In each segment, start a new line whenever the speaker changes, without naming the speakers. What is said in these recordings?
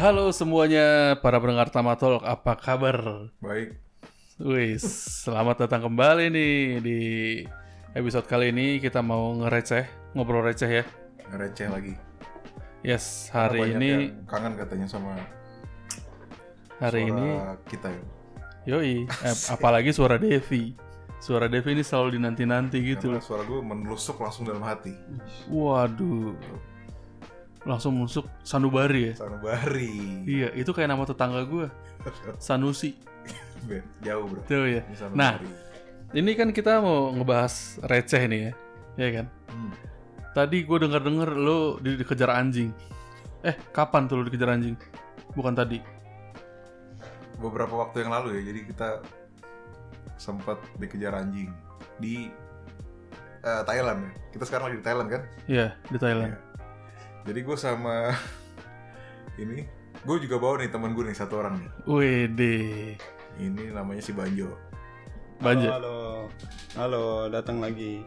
Halo semuanya, para pendengar Tamatolog, apa kabar?
Baik.
Wih, selamat datang kembali nih di episode kali ini. Kita mau ngobrol receh ya.
Receh lagi.
Yes,
Karena
hari
banyak
ini
yang kangen katanya sama
hari
suara
ini
kita ya.
yoi, apalagi suara Devi. Suara Devi ini selalu dinanti-nanti gitu
Karena
loh.
suara gue menusuk langsung dalam hati.
Waduh. Langsung masuk Sanubari ya.
Sanubari.
Iya, itu kayak nama tetangga gue, Sanusi.
Jauh bro.
Tuh ya.
Ini Sanubari.
Nah, ini kan kita mau ngebahas receh nih ya. Iya kan? Tadi gue dengar lo dikejar anjing. Kapan tuh lo dikejar anjing? Bukan tadi.
Beberapa waktu yang lalu ya. Jadi kita sempat dikejar anjing di Thailand ya. Kita sekarang lagi di Thailand kan?
Iya, di Thailand.
Ya. Jadi gue sama ini, gue juga bawa nih teman gue nih, satu orang nih.
Wede.
Ini namanya si Banjo.
Banjir.
Halo, datang lagi.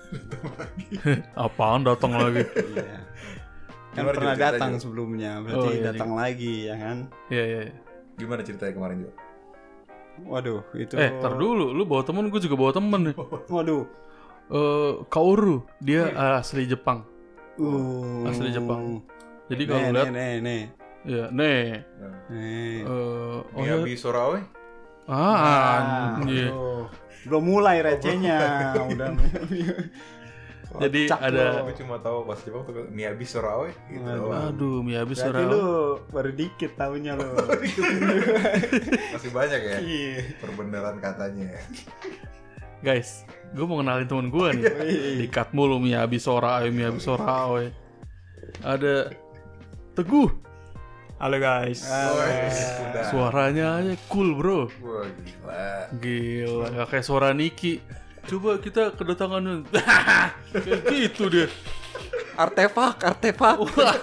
Apaan datang lagi?
Iya. Kan
Gimana
pernah
ceritanya,
datang
Jo?
sebelumnya, berarti
iya,
datang lagi ya kan?
Iya.
Gimana ceritanya kemarin Jo?
Waduh, itu.
Tar dulu, lu bawa temen, gue juga bawa temen nih.
Waduh.
Kaoru, dia asli Jepang. Asli
Hmm.
Jepang. Jadi kalau lihat,
nih.
ya, nih.
Miyabi Sorawe?
Iya.
Belum mulai recehnya, udah.
Jadi
Kocak
ada.
Aku cuma tahu pas Jepang tuh Miyabi Sorawe gitu.
Aduh, Miyabi
Berarti
Sorawe.
lu baru dikit tahunya lu.
Masih banyak ya
Iya.
perbenaran katanya.
Guys, gue mau kenalin temen gue nih. Dikat mulu Miyabi Sorawe. Ada Teguh.
Halo guys.
Udah.
Suaranya aja cool bro.
Wah gila.
Gila, gak kayak suara Niki. Coba kita kedatangan. Kayak gitu dia.
Artefak.
Wah.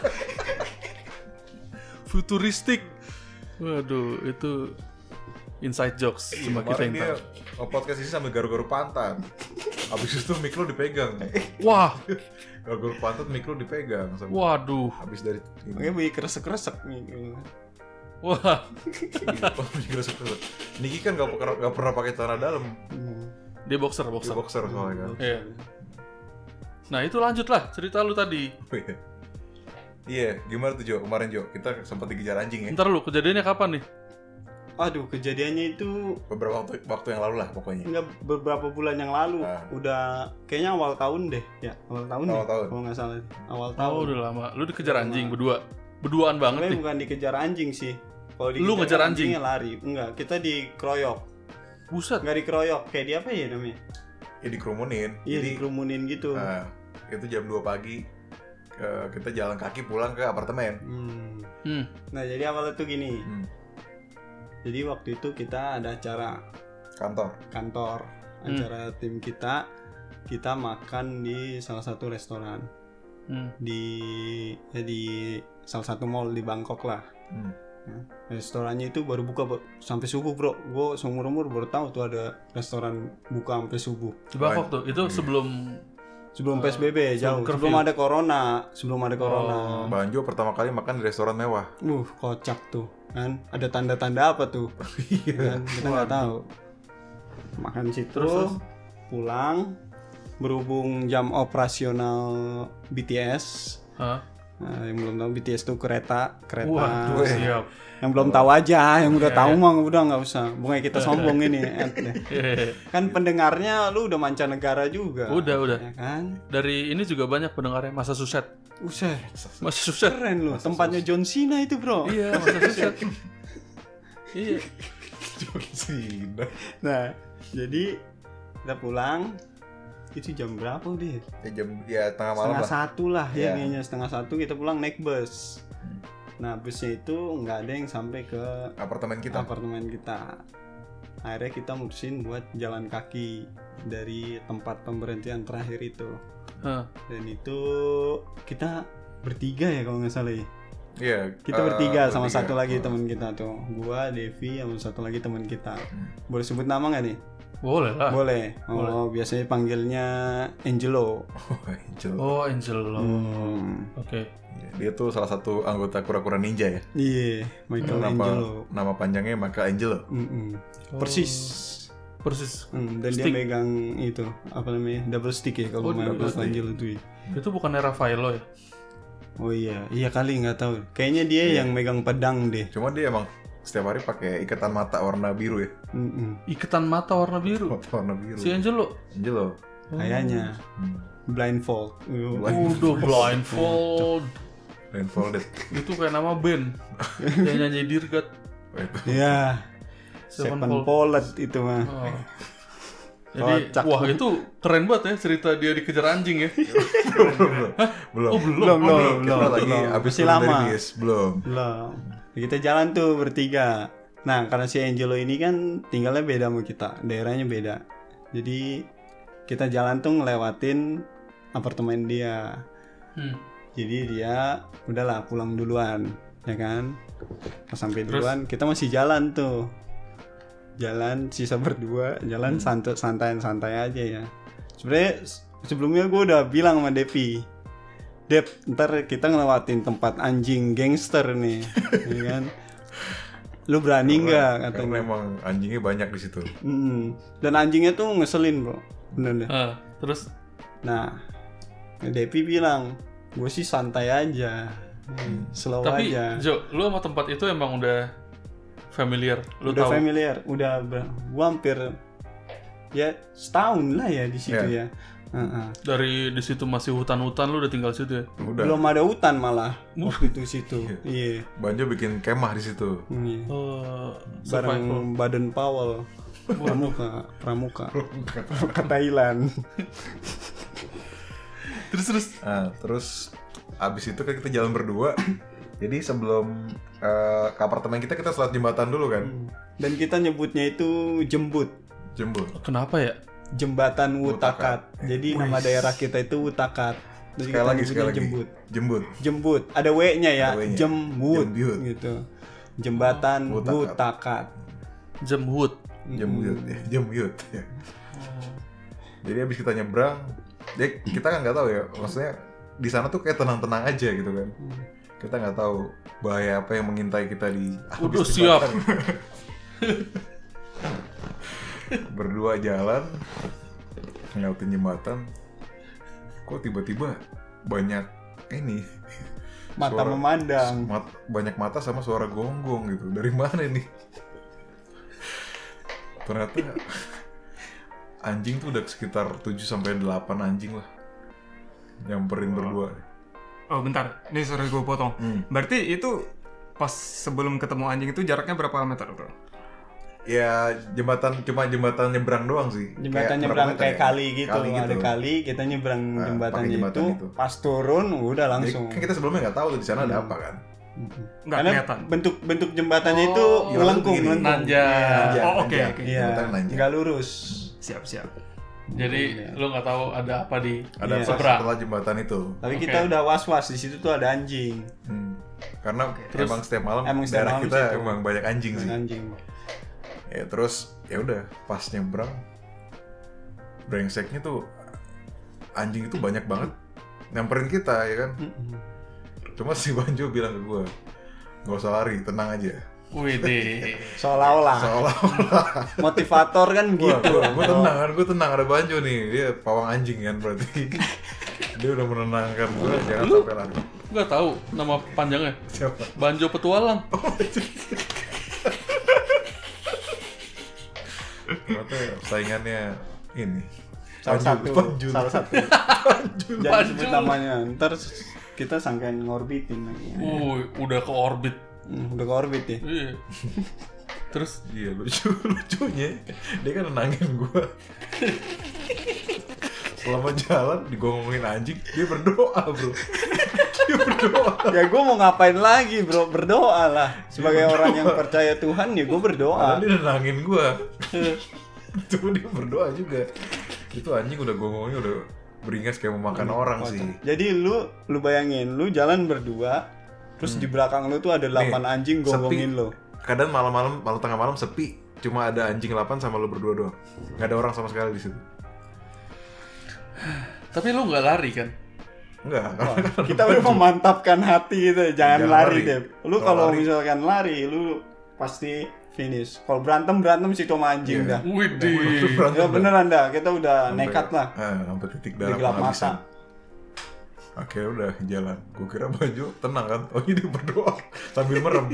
Futuristik. Waduh, itu inside jokes cuma kita
Kemarin
yang
dia
tahu.
podcast ini sambil garu-garu pantat. Abis itu mic lu dipegang.
Wah,
Garu-garu pantat mic lu dipegang.
waduh.
Abis dari
Makanya bunyi kresek-kresek nih.
Wah,
Niki kan gak pernah pakai celana dalam.
dia boxer.
Dia boxer soalnya kan.
Iya. Nah, itu lanjut lah cerita lu tadi.
Iya, gimana tuh Jo? Kemarin Jo, kita sempat dikejar anjing ya.
Ntar lu, kejadiannya kapan nih?
Aduh, kejadiannya itu
Beberapa waktu yang lalu lah pokoknya.
enggak beberapa bulan yang lalu.
Ah.
Udah kayaknya awal tahun deh. Ya, awal tahun.
Awal tahun.
Kalau nggak salah. Awal
Oh,
tahun.
udah lama. Lu dikejar anjing berduaan banget
Tapi
nih.
bukan dikejar anjing sih. Kalau
Lu ngejar anjing?
anjingnya lari. Enggak, kita dikeroyok.
Buset.
Enggak dikeroyok, kayak di apa ya namanya?
Ya dikerumunin.
Iya,
Jadi
dikerumunin gitu.
itu jam 2 pagi kita jalan kaki pulang ke apartemen.
Nah, jadi awalnya tuh gini.
Hmm.
Jadi waktu itu kita ada acara
Kantor.
acara tim kita makan di salah satu restoran di salah satu mall di Bangkok lah. Nah, restorannya itu baru buka sampai subuh bro. Gue seumur umur baru tahu tuh ada restoran buka sampai subuh.
Di Bangkok tuh, itu
Sebelum PSBB jauh. Sebelum ada corona.
Banjo pertama kali makan di restoran mewah.
Kocak tuh kan. Ada tanda-tanda apa tuh? Kan? Kita nggak tahu. Makan situ,
Terus?
pulang. Berhubung jam operasional BTS.
Hah?
Nah, yang belum tahu BTS tuh kereta.
Waduh, siap.
Yang belum tahu aja, yang udah tahu mah udah nggak usah. Bukannya kita sombong ini. Kan pendengarnya lu udah mancanegara juga.
Udah.
Ya kan?
Dari ini juga banyak pendengarnya, Massachusetts. Massachusetts.
Keren lu. Tempatnya John Cena itu, bro.
Iya, Massachusetts. Iya.
Nah, jadi kita pulang. Itu jam berapa udah?
Tengah malam lah.
1:30 lah ya kayaknya. 1:30 kita pulang naik bus. Nah, busnya itu nggak ada yang sampai ke
Apartemen kita.
Akhirnya kita mutusin buat jalan kaki dari tempat pemberhentian terakhir itu. Dan itu kita bertiga ya kalau nggak salah ya.
Iya.
Kita bertiga sama satu lagi teman kita tuh. Gua, Devi, sama satu lagi teman kita. Boleh sebut nama nggak nih?
Boleh lah.
Boleh. Biasanya panggilnya Angelo.
Angelo. Oke.
Dia tuh salah satu anggota kura-kura ninja ya.
Iya, Michelangelo.
Nama panjangnya Michelangelo.
Persis. Dan
stick.
dia megang itu apa namanya, double stick ya kalau main Michelangelo itu.
Itu bukannya Raffaello ya?
Oh iya kali nggak tahu. Kayaknya dia yang megang pedang deh.
Cuma dia emang setiap hari pakai ikatan mata warna biru ya.
Ikatan mata warna biru.
Warna biru.
Si Angelo.
Kayaknya blindfold.
Blindfold.
Blindfolded.
Itu kayak nama band yang nyanyi Dirgat.
Ya. Sevenfold itu mah.
Jadi wah itu keren banget ya cerita dia dikejar anjing ya.
Belum. Kita lagi habis
lama.
Belum.
Kita jalan tuh bertiga. Nah, karena si Angelo ini kan tinggalnya beda sama kita, daerahnya beda. Jadi kita jalan tuh ngelewatin apartemen dia. Jadi dia udahlah pulang duluan, ya kan? Pas sampai duluan, kita masih jalan tuh. Jalan sisa berdua, jalan santai aja ya. Sebenarnya sebelumnya gue udah bilang sama Devi, Dep, ntar kita ngelewatin tempat anjing gangster nih, ya kan? Lu berani nggak?
Karena memang anjingnya banyak di situ.
Dan anjingnya tuh ngeselin bro, bener deh.
Terus?
Nah, Devi bilang, gue sih santai aja, slow
tapi,
aja.
Tapi Jo, lu sama tempat itu emang udah familiar, lu
udah
tahu?
Familiar, gua hampir ya setahun lah ya di situ ya.
Dari di situ masih hutan-hutan, lu udah tinggal situ ya?
Udah.
Belum ada hutan malah waktu itu situ. Iya.
Banjo bikin kemah di situ.
Bareng Baden Powell, Pramuka Thailand.
Terus abis itu kan kita jalan berdua. Jadi sebelum ke apartemen kita selewat jembatan dulu kan.
Dan kita nyebutnya itu Jembut.
Kenapa ya?
Jembatan Wutakat. Jadi nama daerah kita itu Wutakat. Jadi
sekali lagi Jembut. Ada W-nya ya. Jembut gitu. Jembatan Wutakat.
Jembut
ya. Jadi abis kita nyebrang, kita kan nggak tahu ya. Maksudnya di sana tuh kayak tenang-tenang aja gitu kan. Kita nggak tahu bahaya apa yang mengintai kita di
siap.
Berdua jalan ngelewatin jembatan, kok tiba-tiba banyak ini
mata memandang,
banyak mata sama suara gonggong gitu. Dari mana nih? Ternyata anjing tuh udah sekitar 7-8 anjing lah nyamperin berdua.
Oh bentar, ini sorry gue potong. Berarti itu pas sebelum ketemu anjing itu jaraknya berapa meter bro?
Ya cuma jembatan nyebrang doang sih.
Jembatan nyebrang kayak kali gitu. Ada kali kita nyebrang jembatannya itu. Pas turun udah langsung.
Jadi, kan kita sebelumnya nggak tahu tuh di sana ada apa kan?
Nggak kelihatan.
Bentuk jembatannya itu melengkung.
Nanjak.
Oke.
Iya. Nggak lurus.
Siap.
Jadi lu nggak tahu ada apa di
seberang setelah jembatan itu.
Tapi kita udah was-was, di situ tuh ada anjing.
Karena emang setiap malam daerah kita emang banyak anjing sih. Ya terus ya udah pas nyebrang, brengseknya tuh anjing itu banyak banget nyamperin kita ya kan. Cuma si Banjo bilang ke gue, nggak usah lari, tenang aja.
Widih.
Seolah-olah. Motivator kan gitu.
Gue tenang, ada Banjo nih, dia pawang anjing kan berarti. Dia udah menenangkan gue, jangan sampai lari.
Gak tahu nama panjangnya.
Siapa?
Banjo Petualang.
Ternyata saingannya ini.
Salah satu. Jangan sebut namanya. Ntar kita sangkain ngorbitin lagi.
Udah ke orbit.
Udah ke orbit ya?
Iya. Terus?
Iya lucunya dia kan nenangin gue. Selama jalan digongongin anjing, dia berdoa bro.
Ya gue mau ngapain lagi bro, berdoa lah. Sebagai orang yang percaya Tuhan ya gue berdoa.
Dia nenangin gue. Cuma dia berdoa juga. Itu anjing udah gongongnya udah beringas kayak mau makan orang sih.
Jadi lu bayangin, lu jalan berdua, terus di belakang lu tuh ada 8 anjing gonggongin lu.
Kadang malam tengah malam sepi, cuma ada anjing 8 sama lu berdua doang. Nggak ada orang sama sekali di situ.
Tapi lu nggak lari kan?
Enggak.
Kita udah memantapkan hati itu, jangan lari deh. Lu kalau
lari.
misalkan lari, lu pasti finish. Kalau berantem sih cuma anjing dah.
Widih.
Ya beneran dah, kita udah nekat lah.
Sampai titik darah
Gelap
penghabisan.
mata.
Akhirnya udah jalan. Gue kira baju tenang kan. Oh ini berdoa sambil merem.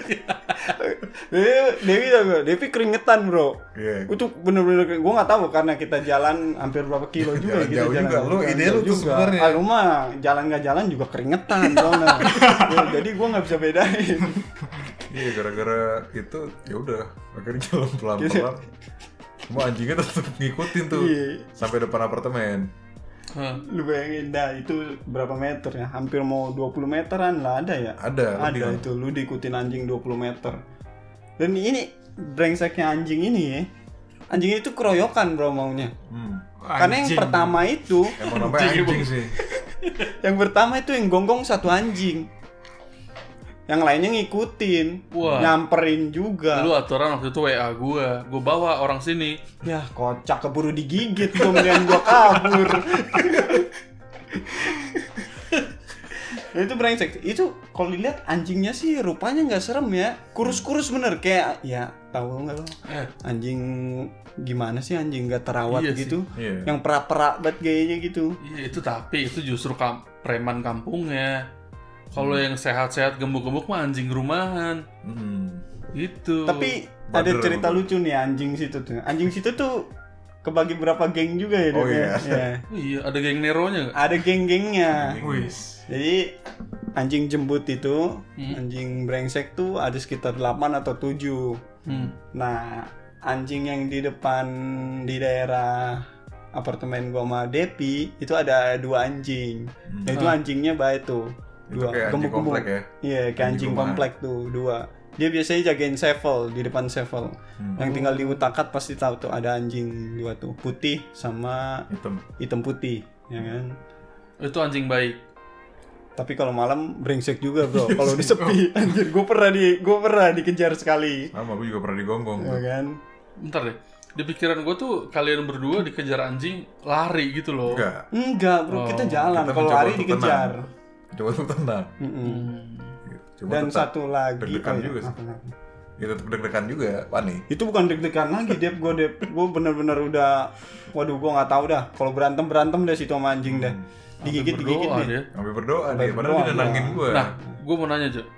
Devi keringetan bro.
Iya.
Itu bener-bener gue nggak tahu karena kita jalan hampir berapa kilo juga.
Jauh
kita
juga. Lu ide lu tuh sebenarnya.
Ah, lu mah jalan nggak jalan juga keringetan soalnya. Ya, jadi gue nggak bisa bedain.
Iya gara-gara itu ya udah akhirnya jalan pelan-pelan. Cuma anjingnya tetap ngikutin tuh sampai depan apartemen.
Lu bayangin dah itu berapa meter ya? Hampir mau 20 meteran lah ada ya?
Ada
itu lu diikutin anjing 20 meter. Dan ini brengseknya anjing ini ya. Anjing itu keroyokan bro maunya. Karena yang pertama itu
emang namanya anjing sih.
yang pertama itu yang gonggong satu anjing. Yang lainnya ngikutin, nyamperin juga.
Lu aturan waktu itu WA gue bawa orang sini.
Ya kocak, keburu digigit kemudian gue kabur. Itu brengsek. Itu kalau dilihat anjingnya sih rupanya nggak serem ya, kurus-kurus bener kayak ya tahu nggak lo? Anjing gimana sih anjing nggak terawat gitu, yang perak-perak banget gayanya gitu.
Iya itu tapi itu justru preman kampungnya. Kalau yang sehat-sehat gemuk-gemuk mah anjing rumahan. Gitu.
Tapi ada cerita lucu nih anjing situ tuh. Anjing situ tuh kebagi berapa geng juga ya.
Oh iya.
Iya, ada geng Neronya nggak?
Ada geng-gengnya.
Wis.
Jadi anjing jembut itu, anjing brengsek tuh ada sekitar 8 atau 7. Nah, anjing yang di depan di daerah apartemen gua sama Depi itu ada 2 anjing. Nah, itu anjingnya baik tuh.
Itu kayak anjing komplek ya?
Iya, kayak anjing komplek tuh 2. Dia biasanya jagain Sevel di depan Sevel. Yang tinggal di Utakat pasti tahu tuh ada anjing 2 tuh, putih sama hitam putih, ya kan?
Itu anjing baik.
Tapi kalau malam brengsek juga bro. Kalau di sepi, anjir, gue pernah dikejar sekali.
Sama gue juga pernah digonggong.
Ya kan?
Bentar deh. Di pikiran gue tuh kalian berdua dikejar anjing lari gitu loh.
Enggak bro, kita jalan. Kalau lari dikejar.
Coba untuk tenang.
Coba dan satu lagi
deg-degan juga sih. Ya tetap deg-degan juga, panik.
Itu bukan deg-degan lagi, gue bener-bener udah, waduh gue nggak tahu dah. Kalau berantem deh situ sama anjing deh. Digigit deh.
Sampai berdoa deh, padahal dia nenangin gue.
Nah, gue mau nanya Jo.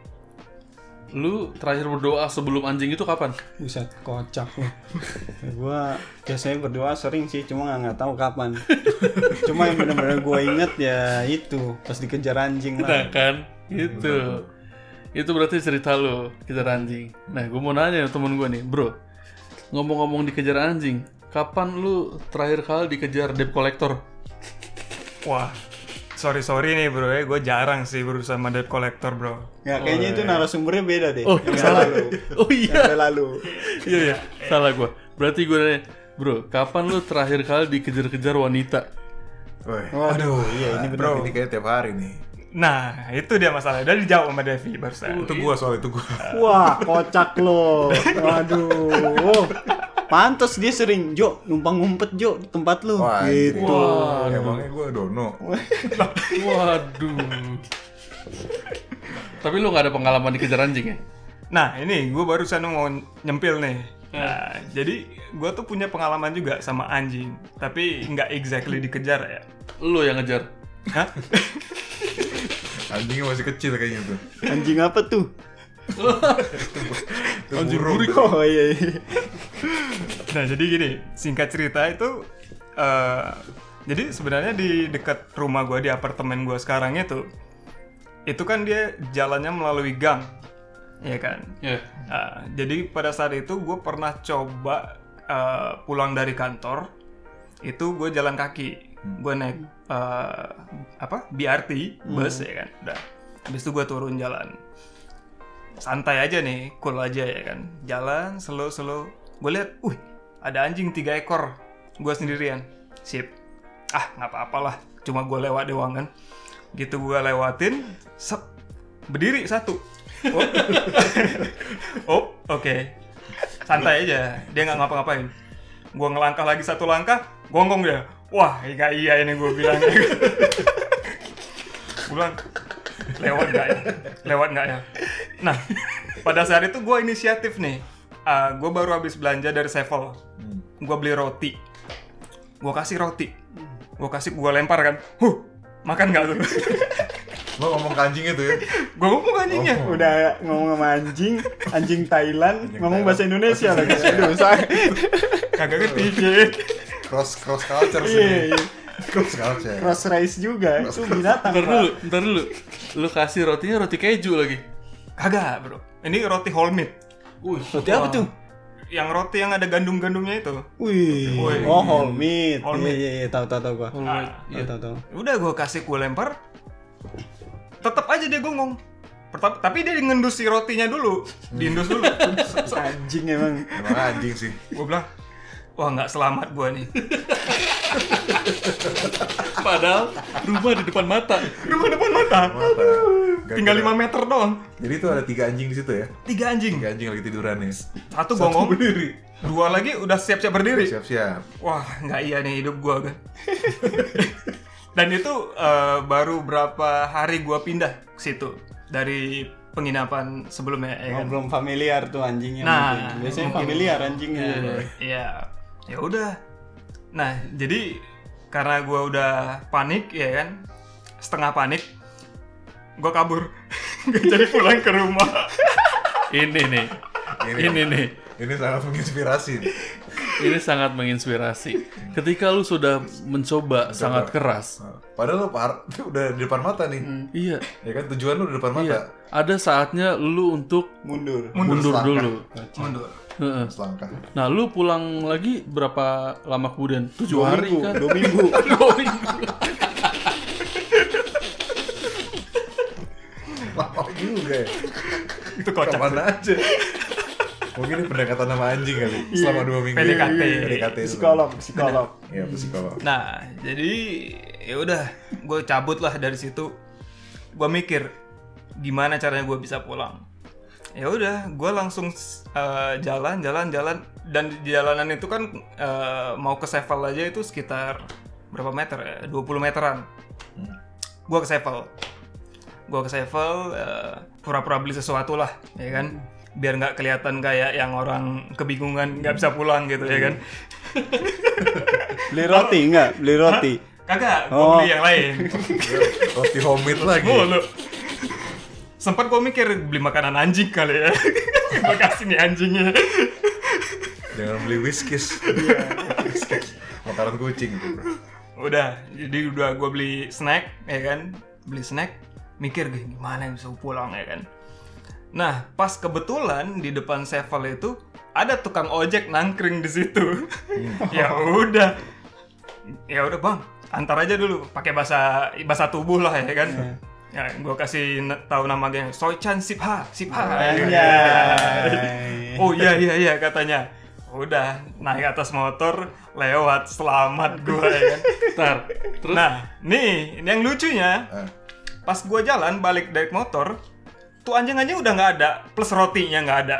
Lu terakhir berdoa sebelum anjing itu kapan?
Buset, kocak lu. Gue biasanya berdoa sering sih, cuma nggak tahu kapan. Cuma yang benar-benar gue inget ya itu pas dikejar anjing lah.
Nah kan, itu. Itu berarti cerita lu kejar anjing. Nah, gue mau nanya temen gue nih, bro. Ngomong-ngomong dikejar anjing, kapan lu terakhir kali dikejar debt collector?
Wah, sorry nih bro ya, gue jarang sih berusaha sama debt collector bro.
Ya kayaknya itu narasumbernya beda deh.
Oh, salah lu. Oh iya.
Yang lalu.
Iya, salah gue. Berarti gue nanya, bro, kapan lu terakhir kali dikejar-kejar wanita?
Waduh, iya ini benar.
Ini kayak tiap hari nih.
Nah, itu dia masalahnya. Udah dijawab sama Devi barusan.
Itu gua soal itu gua.
Wah, kocak lo. Waduh. Pantes dia sering, Jo, numpang ngumpet Jo di tempat lu.
Wah,
gitu.
Wah, emangnya gua dono.
Waduh. Tapi lu gak ada pengalaman dikejar anjing ya?
Nah, ini gue barusan mau nyempil nih. Nah, jadi gue tuh punya pengalaman juga sama anjing. Tapi nggak exactly dikejar ya.
Lu yang ngejar?
Hah?
Anjingnya masih kecil kayaknya tuh.
Anjing apa tuh?
Anjing burik.
Oh iya.
Nah jadi gini, singkat cerita itu, jadi sebenarnya di dekat rumah gue di apartemen gue sekarang itu kan dia jalannya melalui gang, ya kan?
Iya.
Jadi pada saat itu gue pernah coba pulang dari kantor, itu gue jalan kaki. Gue naik BRT bus ya kan, udah habis itu gue turun jalan santai aja nih, cool aja ya kan, jalan slow gue lihat, ada anjing 3 ekor, gue sendirian, sip, nggak apa-apalah, cuma gue lewat doang kan, gitu gue lewatin, berdiri satu, oke. santai aja, dia nggak ngapa-ngapain. Gue ngelangkah lagi 1 langkah, gonggong dia. Wah, nggak iya ini gue bilang. Gue bilang, lewat nggak ya? Nah, pada saat itu gue inisiatif nih. Gue baru habis belanja dari Sevel. Gue beli roti. Gue kasih roti. Gue lempar kan. Makan nggak tuh?
Lo ngomong ke anjing itu ya?
Gue ngomong ke anjingnya.
Udah ngomong sama anjing Thailand, ngomong bahasa Indonesia lagi. Aduh,
Kagak ngerti.
Cross culture sih. Cross culture.
Cross race juga. Itu binatang.
Ntar dulu. Lu kasih rotinya roti keju lagi.
Kagak, bro. Ini roti whole meat.
Roti apa tuh?
Yang roti yang ada gandum-gandumnya itu.
Wih. Oh, whole meat. Iya, tahu gua. Tahu.
Udah gue kasih, gue lempar. Tetap aja dia gonggong. Tapi dia ngendus si rotinya dulu. Diindus dulu.
Anjing emang.
Emang anjing sih.
Gue bilang, wah nggak selamat gue nih.
Padahal rumah di depan mata.
Tinggal 5 meter doang.
Jadi itu ada 3 anjing di situ ya?
3 anjing.
3 anjing lagi tiduran nih.
Satu gonggong.
Berdiri.
2 lagi udah siap-siap berdiri.
Siap-siap.
Wah nggak iya nih hidup gue kan. Dan itu baru berapa hari gue pindah ke situ dari penginapan sebelumnya ya kan.
Belum familiar tuh anjingnya.
Nah,
biasanya
mungkin.
familiar anjingnya.
Iya. Ya udah. Nah, jadi karena gue udah panik ya kan, setengah panik, gue kabur. Gak jadi pulang ke rumah.
Ini nih.
Ini sangat menginspirasi.
Ini sangat menginspirasi. Ketika lu sudah mencoba sangat keras.
Padahal lu udah di depan mata nih.
Iya.
Ya kan tujuan lu di depan mata.
Iya. Ada saatnya lu untuk
Mundur
dulu.
Mundur.
Heeh.
Selangkah.
Nah, lu pulang lagi berapa lama kemudian? 7 hari kan?
2 minggu.
2 minggu.
Lama juga ya.
Itu kocak.
Kemana aja. Mungkin ini pendekatan sama anjing kali. Selama 2 minggu.
PDKT.
Psikolog.
Iya, psikolog.
Nah, jadi ya udah, gue cabut lah dari situ. Gue mikir gimana caranya gue bisa pulang. Ya udah, gue langsung jalan dan di jalanan itu kan mau ke Sevel aja itu sekitar berapa meter ya? 20 meteran. Gue ke Sevel, pura-pura beli sesuatu lah, ya kan? Biar nggak kelihatan kayak yang orang kebingungan nggak bisa pulang gitu, ya kan?
Beli roti nggak? Beli roti?
Kagak, gue beli yang lain.
Roti homemade lagi.
Mulu. Sempat gue mikir beli makanan anjing kali ya. Gue kasih nih anjingnya.
Jangan beli Whiskas. Makanan kucing gitu.
Udah, jadi udah gue beli snack, ya kan? Beli snack, mikir gimana bisa pulang, ya kan? Nah, pas kebetulan di depan Sevel itu ada tukang ojek nangkring di situ. Ya udah bang, antar aja dulu, pakai bahasa tubuh lah, ya kan? Ya, gue kasih tahu namanya Soichan Sipha. Oh iya katanya. Udah naik atas motor, lewat, selamat gue, ya kan.
Terus?
Nah, nih ini yang lucunya. Pas gue jalan balik dari motor, tuh anjing-anjing udah nggak ada, plus rotinya nggak ada.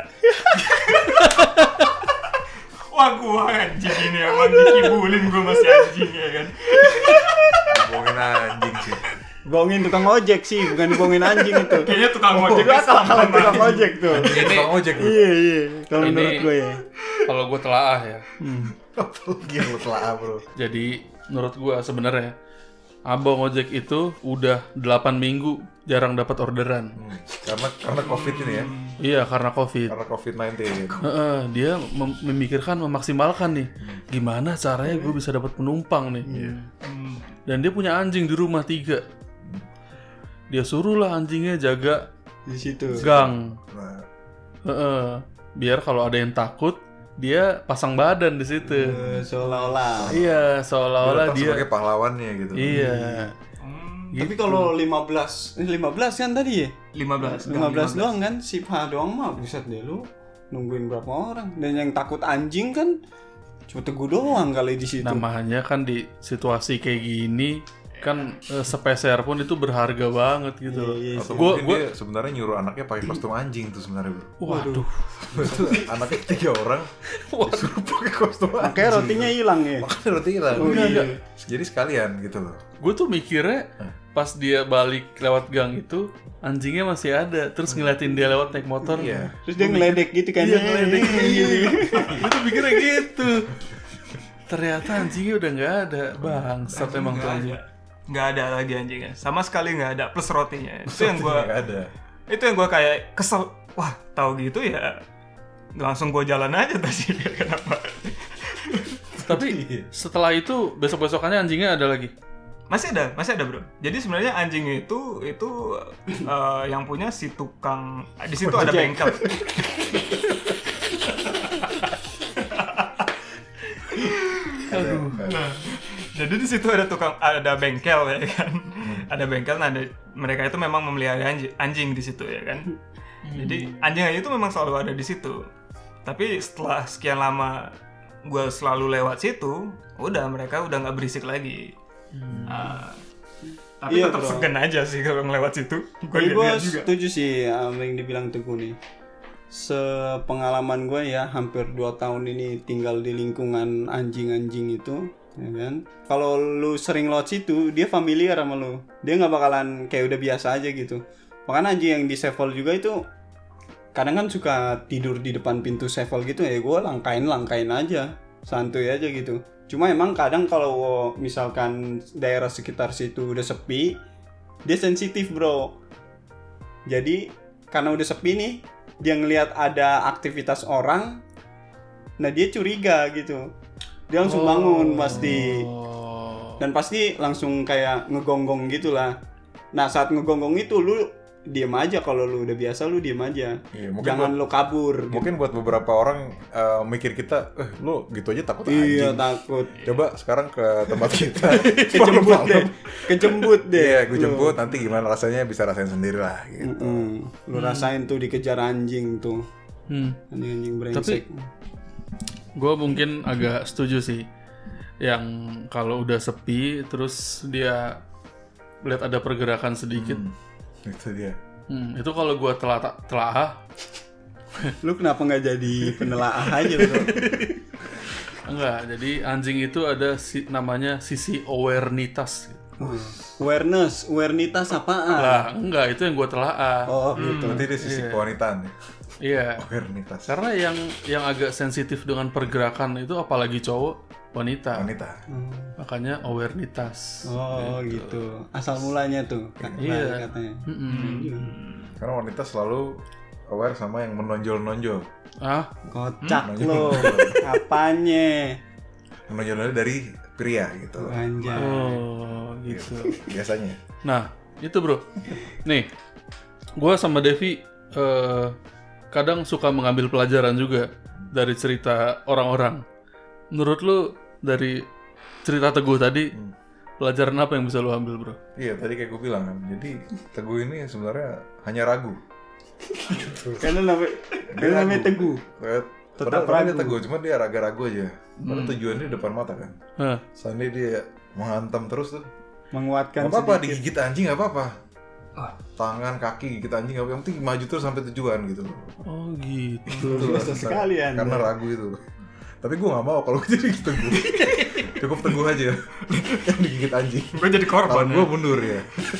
Wah, gue anjing ini emang dikibulin gue masih anjing, ya kan.
Ngomongin anjing sih.
Bohongin tukang ojek sih, bukan dibohongin anjing itu.
Kayaknya tukang ojek
Salah tukang ojek tuh.
Anjing tukang ojek tuh.
Iya. Kalau
Ini-
menurut gue ya.
Kalau gue telaah ya.
Apalagi lu telah bro.
Jadi menurut gue sebenarnya abang ojek itu udah 8 minggu jarang dapat orderan.
Karena COVID ini ya.
Iya, karena COVID.
Karena COVID-19.
Dia memikirkan memaksimalkan nih. Gimana caranya gue bisa dapat penumpang nih. Dan dia punya anjing di rumah 3. Dia suruhlah anjingnya jaga
Di situ.
gang.
Nah,
Biar kalau ada yang takut, dia pasang badan di situ.
Seolah-olah.
Iya, seolah-olah
dia
dia.
sebagai pahlawannya gitu.
Iya.
Tapi kalau 15 kan tadi ya?
15
doang kan? Sipha doang mah buset deh lu. Nungguin berapa orang? Dan yang takut anjing kan cuma Teguh doang kali di situ.
Namanya kan di situasi kayak gini, kan sepeser pun itu berharga banget gitu.
Atau mungkin dia sebenarnya nyuruh anaknya pakai kostum anjing tuh sebenarnya, bro.
Waduh.
Itu anaknya 3 orang disuruh pakai kostum anjing.
Makanya rotinya hilang ya.
Makanya roti hilang.
Enggak.
Jadi sekalian gitu loh.
Gue tuh mikirnya pas dia balik lewat gang itu anjingnya masih ada, terus ngeliatin dia lewat naik motor.
Iya.
Terus dia ngeledek gitu kan.
Iya, ngeledek gitu. Gue tuh mikirnya gitu. Ternyata anjingnya udah nggak ada. Bangsat emang tuh anjing.
Nggak ada lagi anjingnya. Sama sekali nggak ada plus rotinya. Itu yang gue
Nggak ada.
itu yang gue kayak kesel. Wah, tahu gitu ya langsung gue jalan aja tadi. Kenapa?
Tapi setelah itu besok-besokannya anjingnya ada lagi.
Masih ada bro. Jadi sebenarnya anjing itu yang punya si tukang di situ ada bengkel.
Aduh.
Nah, jadi di situ ada bengkel ya kan. Ada bengkel. Nah, mereka itu memang memelihara anjing di situ ya kan. Jadi anjing itu memang selalu ada di situ. Tapi setelah sekian lama gue selalu lewat situ, udah mereka udah nggak berisik lagi. Tapi
Iya,
tetap
bro.
segan aja sih kalau ngelewat situ.
Gue
lihat juga.
setuju sih sama yang dibilang Teguh nih. Sepengalaman gue ya hampir 2 tahun ini tinggal di lingkungan anjing-anjing itu, ya kan. Kalau lu sering lewat situ, dia familiar sama lu. Dia nggak bakalan kayak udah biasa aja gitu. Bahkan anjing yang di Sevel juga itu kadang kan suka tidur di depan pintu Sevel gitu ya. Gue langkain aja, santuy aja gitu. Cuma emang kadang kalau misalkan daerah sekitar situ udah sepi, dia sensitif bro. Jadi karena udah sepi nih, dia ngelihat ada aktivitas orang, nah dia curiga gitu. Dia langsung bangun pasti. Dan pasti langsung kayak ngegonggong gitulah. Nah saat ngegonggong itu lu diem aja, kalau lu udah biasa lu diem aja.
Iya,
Jangan lu kabur.
Mungkin buat beberapa orang mikir kita, lu gitu aja takut
Iya
anjing.
takut.
Coba sekarang ke tempat kita.
Kejembut deh.
Iya, gue jemput. Nanti gimana rasanya bisa rasain sendiri lah. Gitu.
Lu rasain tuh dikejar anjing tuh. Anjing brengsek.
Gue mungkin agak setuju sih. Yang kalau udah sepi, terus dia lihat ada pergerakan sedikit.
Itu dia.
Itu kalau gue telah
Lu kenapa nggak jadi penelaah aja bro?
enggak. Jadi anjing itu ada namanya sisi awareness.
Awareness apaan?
Lah, enggak, itu yang gue telaah.
Oh gitu.
Nanti dia sisi kewanitaan ya.
Iya.
Awareness.
Karena yang agak sensitif dengan pergerakan itu apalagi cowok, wanita. Makanya awareness.
Oh gitu. Asal mulanya tuh.
Iya.
Katanya.
Karena wanita selalu aware sama yang menonjol-nonjol.
Kocak lo. Apanya?
Menonjol dari pria gitu.
Anjay.
Oh, gitu.
Biasanya.
Nah, itu bro. Nih, gue sama Devi kadang suka mengambil pelajaran juga dari cerita orang-orang. Menurut lu dari cerita Teguh tadi, pelajaran apa yang bisa lu ambil bro?
Iya, tadi kayak gue bilang kan. Jadi Teguh ini sebenarnya hanya ragu.
Karena namanya Teguh.
Tetap ragu. Dia Teguh, cuma dia ragu-ragu aja. Padahal tujuannya di depan mata kan. Seandainya dia menghantam terus tuh.
Menguatkan.
Gak apa-apa, digigit anjing gak apa-apa. Tangan, kaki gigit anjing gak apa-apa. Yang penting maju terus sampai tujuan gitu.
Oh gitu.
Biasa sekali Anda.
Karena ragu itu. Tapi gue gak mau kalau gue jadi Teguh. Cukup Teguh aja yang digigit anjing.
Gue jadi korban.
Kalau gue mundur ya.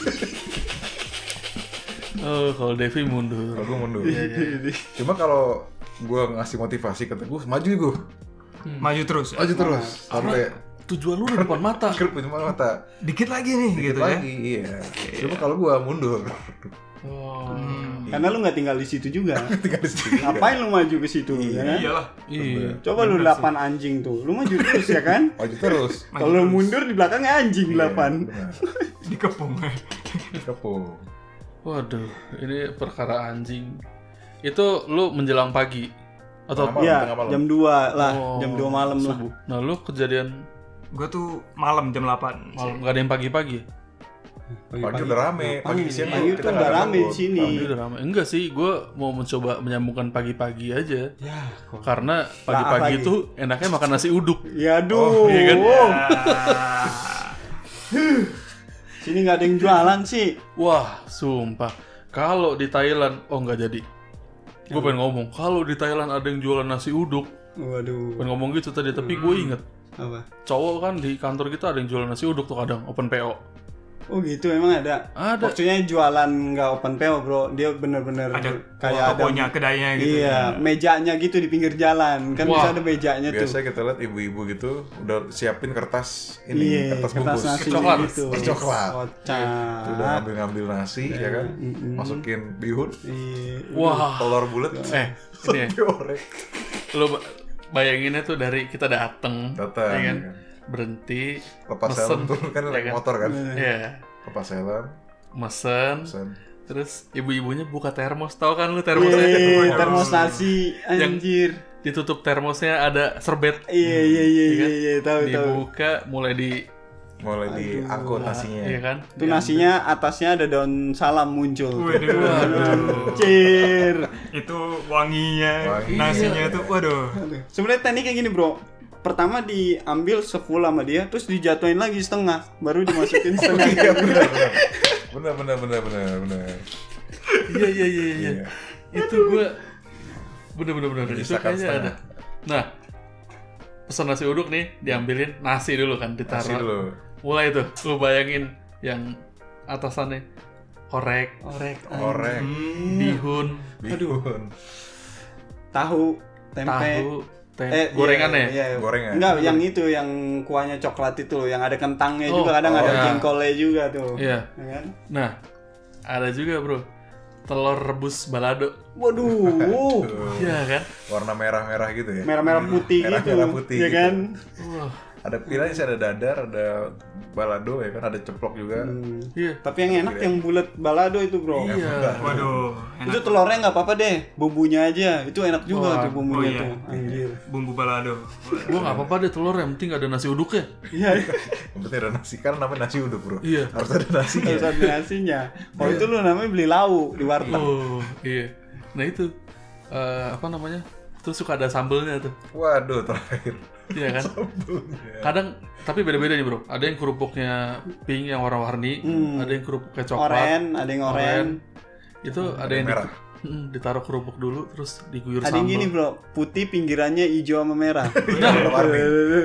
Oh, kalau Devi mundur.
Kalau gue mundur. Cuma kalau gue ngasih motivasi ke Teguh, maju gue.
Maju terus.
Maju terus sampai
Tujuan lu di depan mata.
depan mata.
Dikit lagi nih
Dikit
gitu
lagi, iya. Cuma kalau gue mundur.
Karena lu nggak tinggal di situ juga.
Tinggal di situ.
Ngapain lu maju ke situ? Ya kan?
Iyalah.
Iya.
Coba lu 8 anjing tuh, lu maju terus ya kan?
Maju terus.
Kalau lu mundur di belakangnya anjing 8.
Benar.
Dikepung.
Kepung.
Waduh, ini perkara anjing. Itu lu menjelang pagi atau
Malam,
Iya,
tengah malam.
jam 2 lah,
Oh,
jam 2 malam lah.
subuh. Nah, lu kejadian
Gue tuh malam jam 8.
malam, nggak ada yang pagi-pagi.
Pagi udah rame, pagi siang
Pagi
kita
tuh
nggak
udah
ada
rame di
gangguan.
sini.
Pagi udah ramai. Enggak sih, gue mau mencoba menyambungkan pagi-pagi aja.
Ya, kok.
Karena pagi-pagi
lagi.
itu enaknya makan nasi uduk.
Ya aduh.
Iya kan?
Ini nggak ada yang jualan sih.
Wah, sumpah. Kalau di Thailand, nggak jadi. Gue pengen ngomong, kalau di Thailand ada yang jualan nasi uduk.
Waduh.
Pengen ngomong gitu tadi, tapi gue inget.
Apa?
Cowok kan di kantor kita ada yang jualan nasi uduk tuh kadang, open PO.
Oh gitu, emang ada?
Ada.
Maksudnya jualan nggak open PO bro, dia bener-bener
Ada
kayak
tokonya, kedainya gitu.
Iya, mejanya gitu di pinggir jalan. Kan bisa ada mejanya tuh.
Biasa kita lihat ibu-ibu gitu udah siapin kertas ini,
Iya,
kertas
kertas
bungkus.
nasi
Coklat.
gitu.
Coklat.
Kocak.
Udah ngambil nasi ya kan, masukin bihun,
Iya.
Wah.
telur bulat,
Ini ya.
diorek.
Lo bayanginnya tuh dari kita dateng,
Datang,
ya kan?
ya kan?
Berhenti,
Lepas
mesen,
helm tuh kan
ya
naik
kan?
motor kan,
Iya,
lepas helm,
mesen,
pesan.
terus ibu-ibunya buka termos, tau kan lu termosnya?
Iya, termos nasi, anjir.
Ditutup termosnya ada serbet,
Iya, tahu.
dibuka, mulai
Mulai diangkut nasinya.
iya kan?
Itu nasinya atasnya ada daun salam muncul.
Waduh.
Anjir.
Itu wanginya,
Wangi.
nasinya tuh, waduh.
Sebenarnya tekniknya gini, Bro. Pertama diambil sefull sama dia, terus dijatuhin lagi setengah, baru dimasukin setengah.
Iya benar.
Iya. Itu gue bener. Itu
Menyisakan
kayaknya
setengah.
ada. Nah, pesan nasi uduk nih, diambilin nasi dulu kan,
Nasi
ditaruh.
dulu.
Mulai tuh, lu bayangin yang atasannya orek,
Orek,
bihun,
bihun,
Tahu, tempe.
gorengannya.
Iya.
Gorengan.
Enggak, yang itu yang kuahnya coklat itu loh, yang ada kentangnya
Oh,
juga, kadang ada
iya.
jengkolnya juga tuh.
Iya.
Ya kan?
Nah, ada juga bro, telur rebus balado.
Waduh.
Iya kan?
Warna merah-merah gitu ya.
Merah-merah putih gitu.
Merah-merah putih
ya
gitu.
kan?
Wah,
Ada pilihannya sih, ada dadar, ada balado ya kan, ada ceplok juga.
iya.
Tapi yang enak yang bulat balado itu, Bro.
Iya.
Waduh,
Itu
enak.
telurnya nggak apa-apa deh, bumbunya aja. Itu enak juga
Wah.
tuh bumbunya
Oh, iya.
tuh. Anjir.
Bumbu balado.
Gua nggak apa-apa deh telur, yang penting ada nasi uduknya.
Iya.
Yang penting ada nasi, kan namanya nasi uduk bro.
Iya.
Harus ada nasinya.
Harus ada nasinya. Kalau itu lu namanya beli lauk di warteg.
Oh, iya. Nah itu apa namanya? Terus suka ada sambelnya tuh.
Waduh, terakhir.
Iya kan? Kadang tapi beda-beda nih bro. Ada yang kerupuknya pink yang warna-warni, ada yang kerupuknya coklat,
Oren, ada yang oren.
Itu ada yang
merah.
ditaruh kerupuk dulu, terus diguyur
Ada yang
sambal.
gini, Bro. Putih pinggirannya hijau sama merah.
Warna-warni.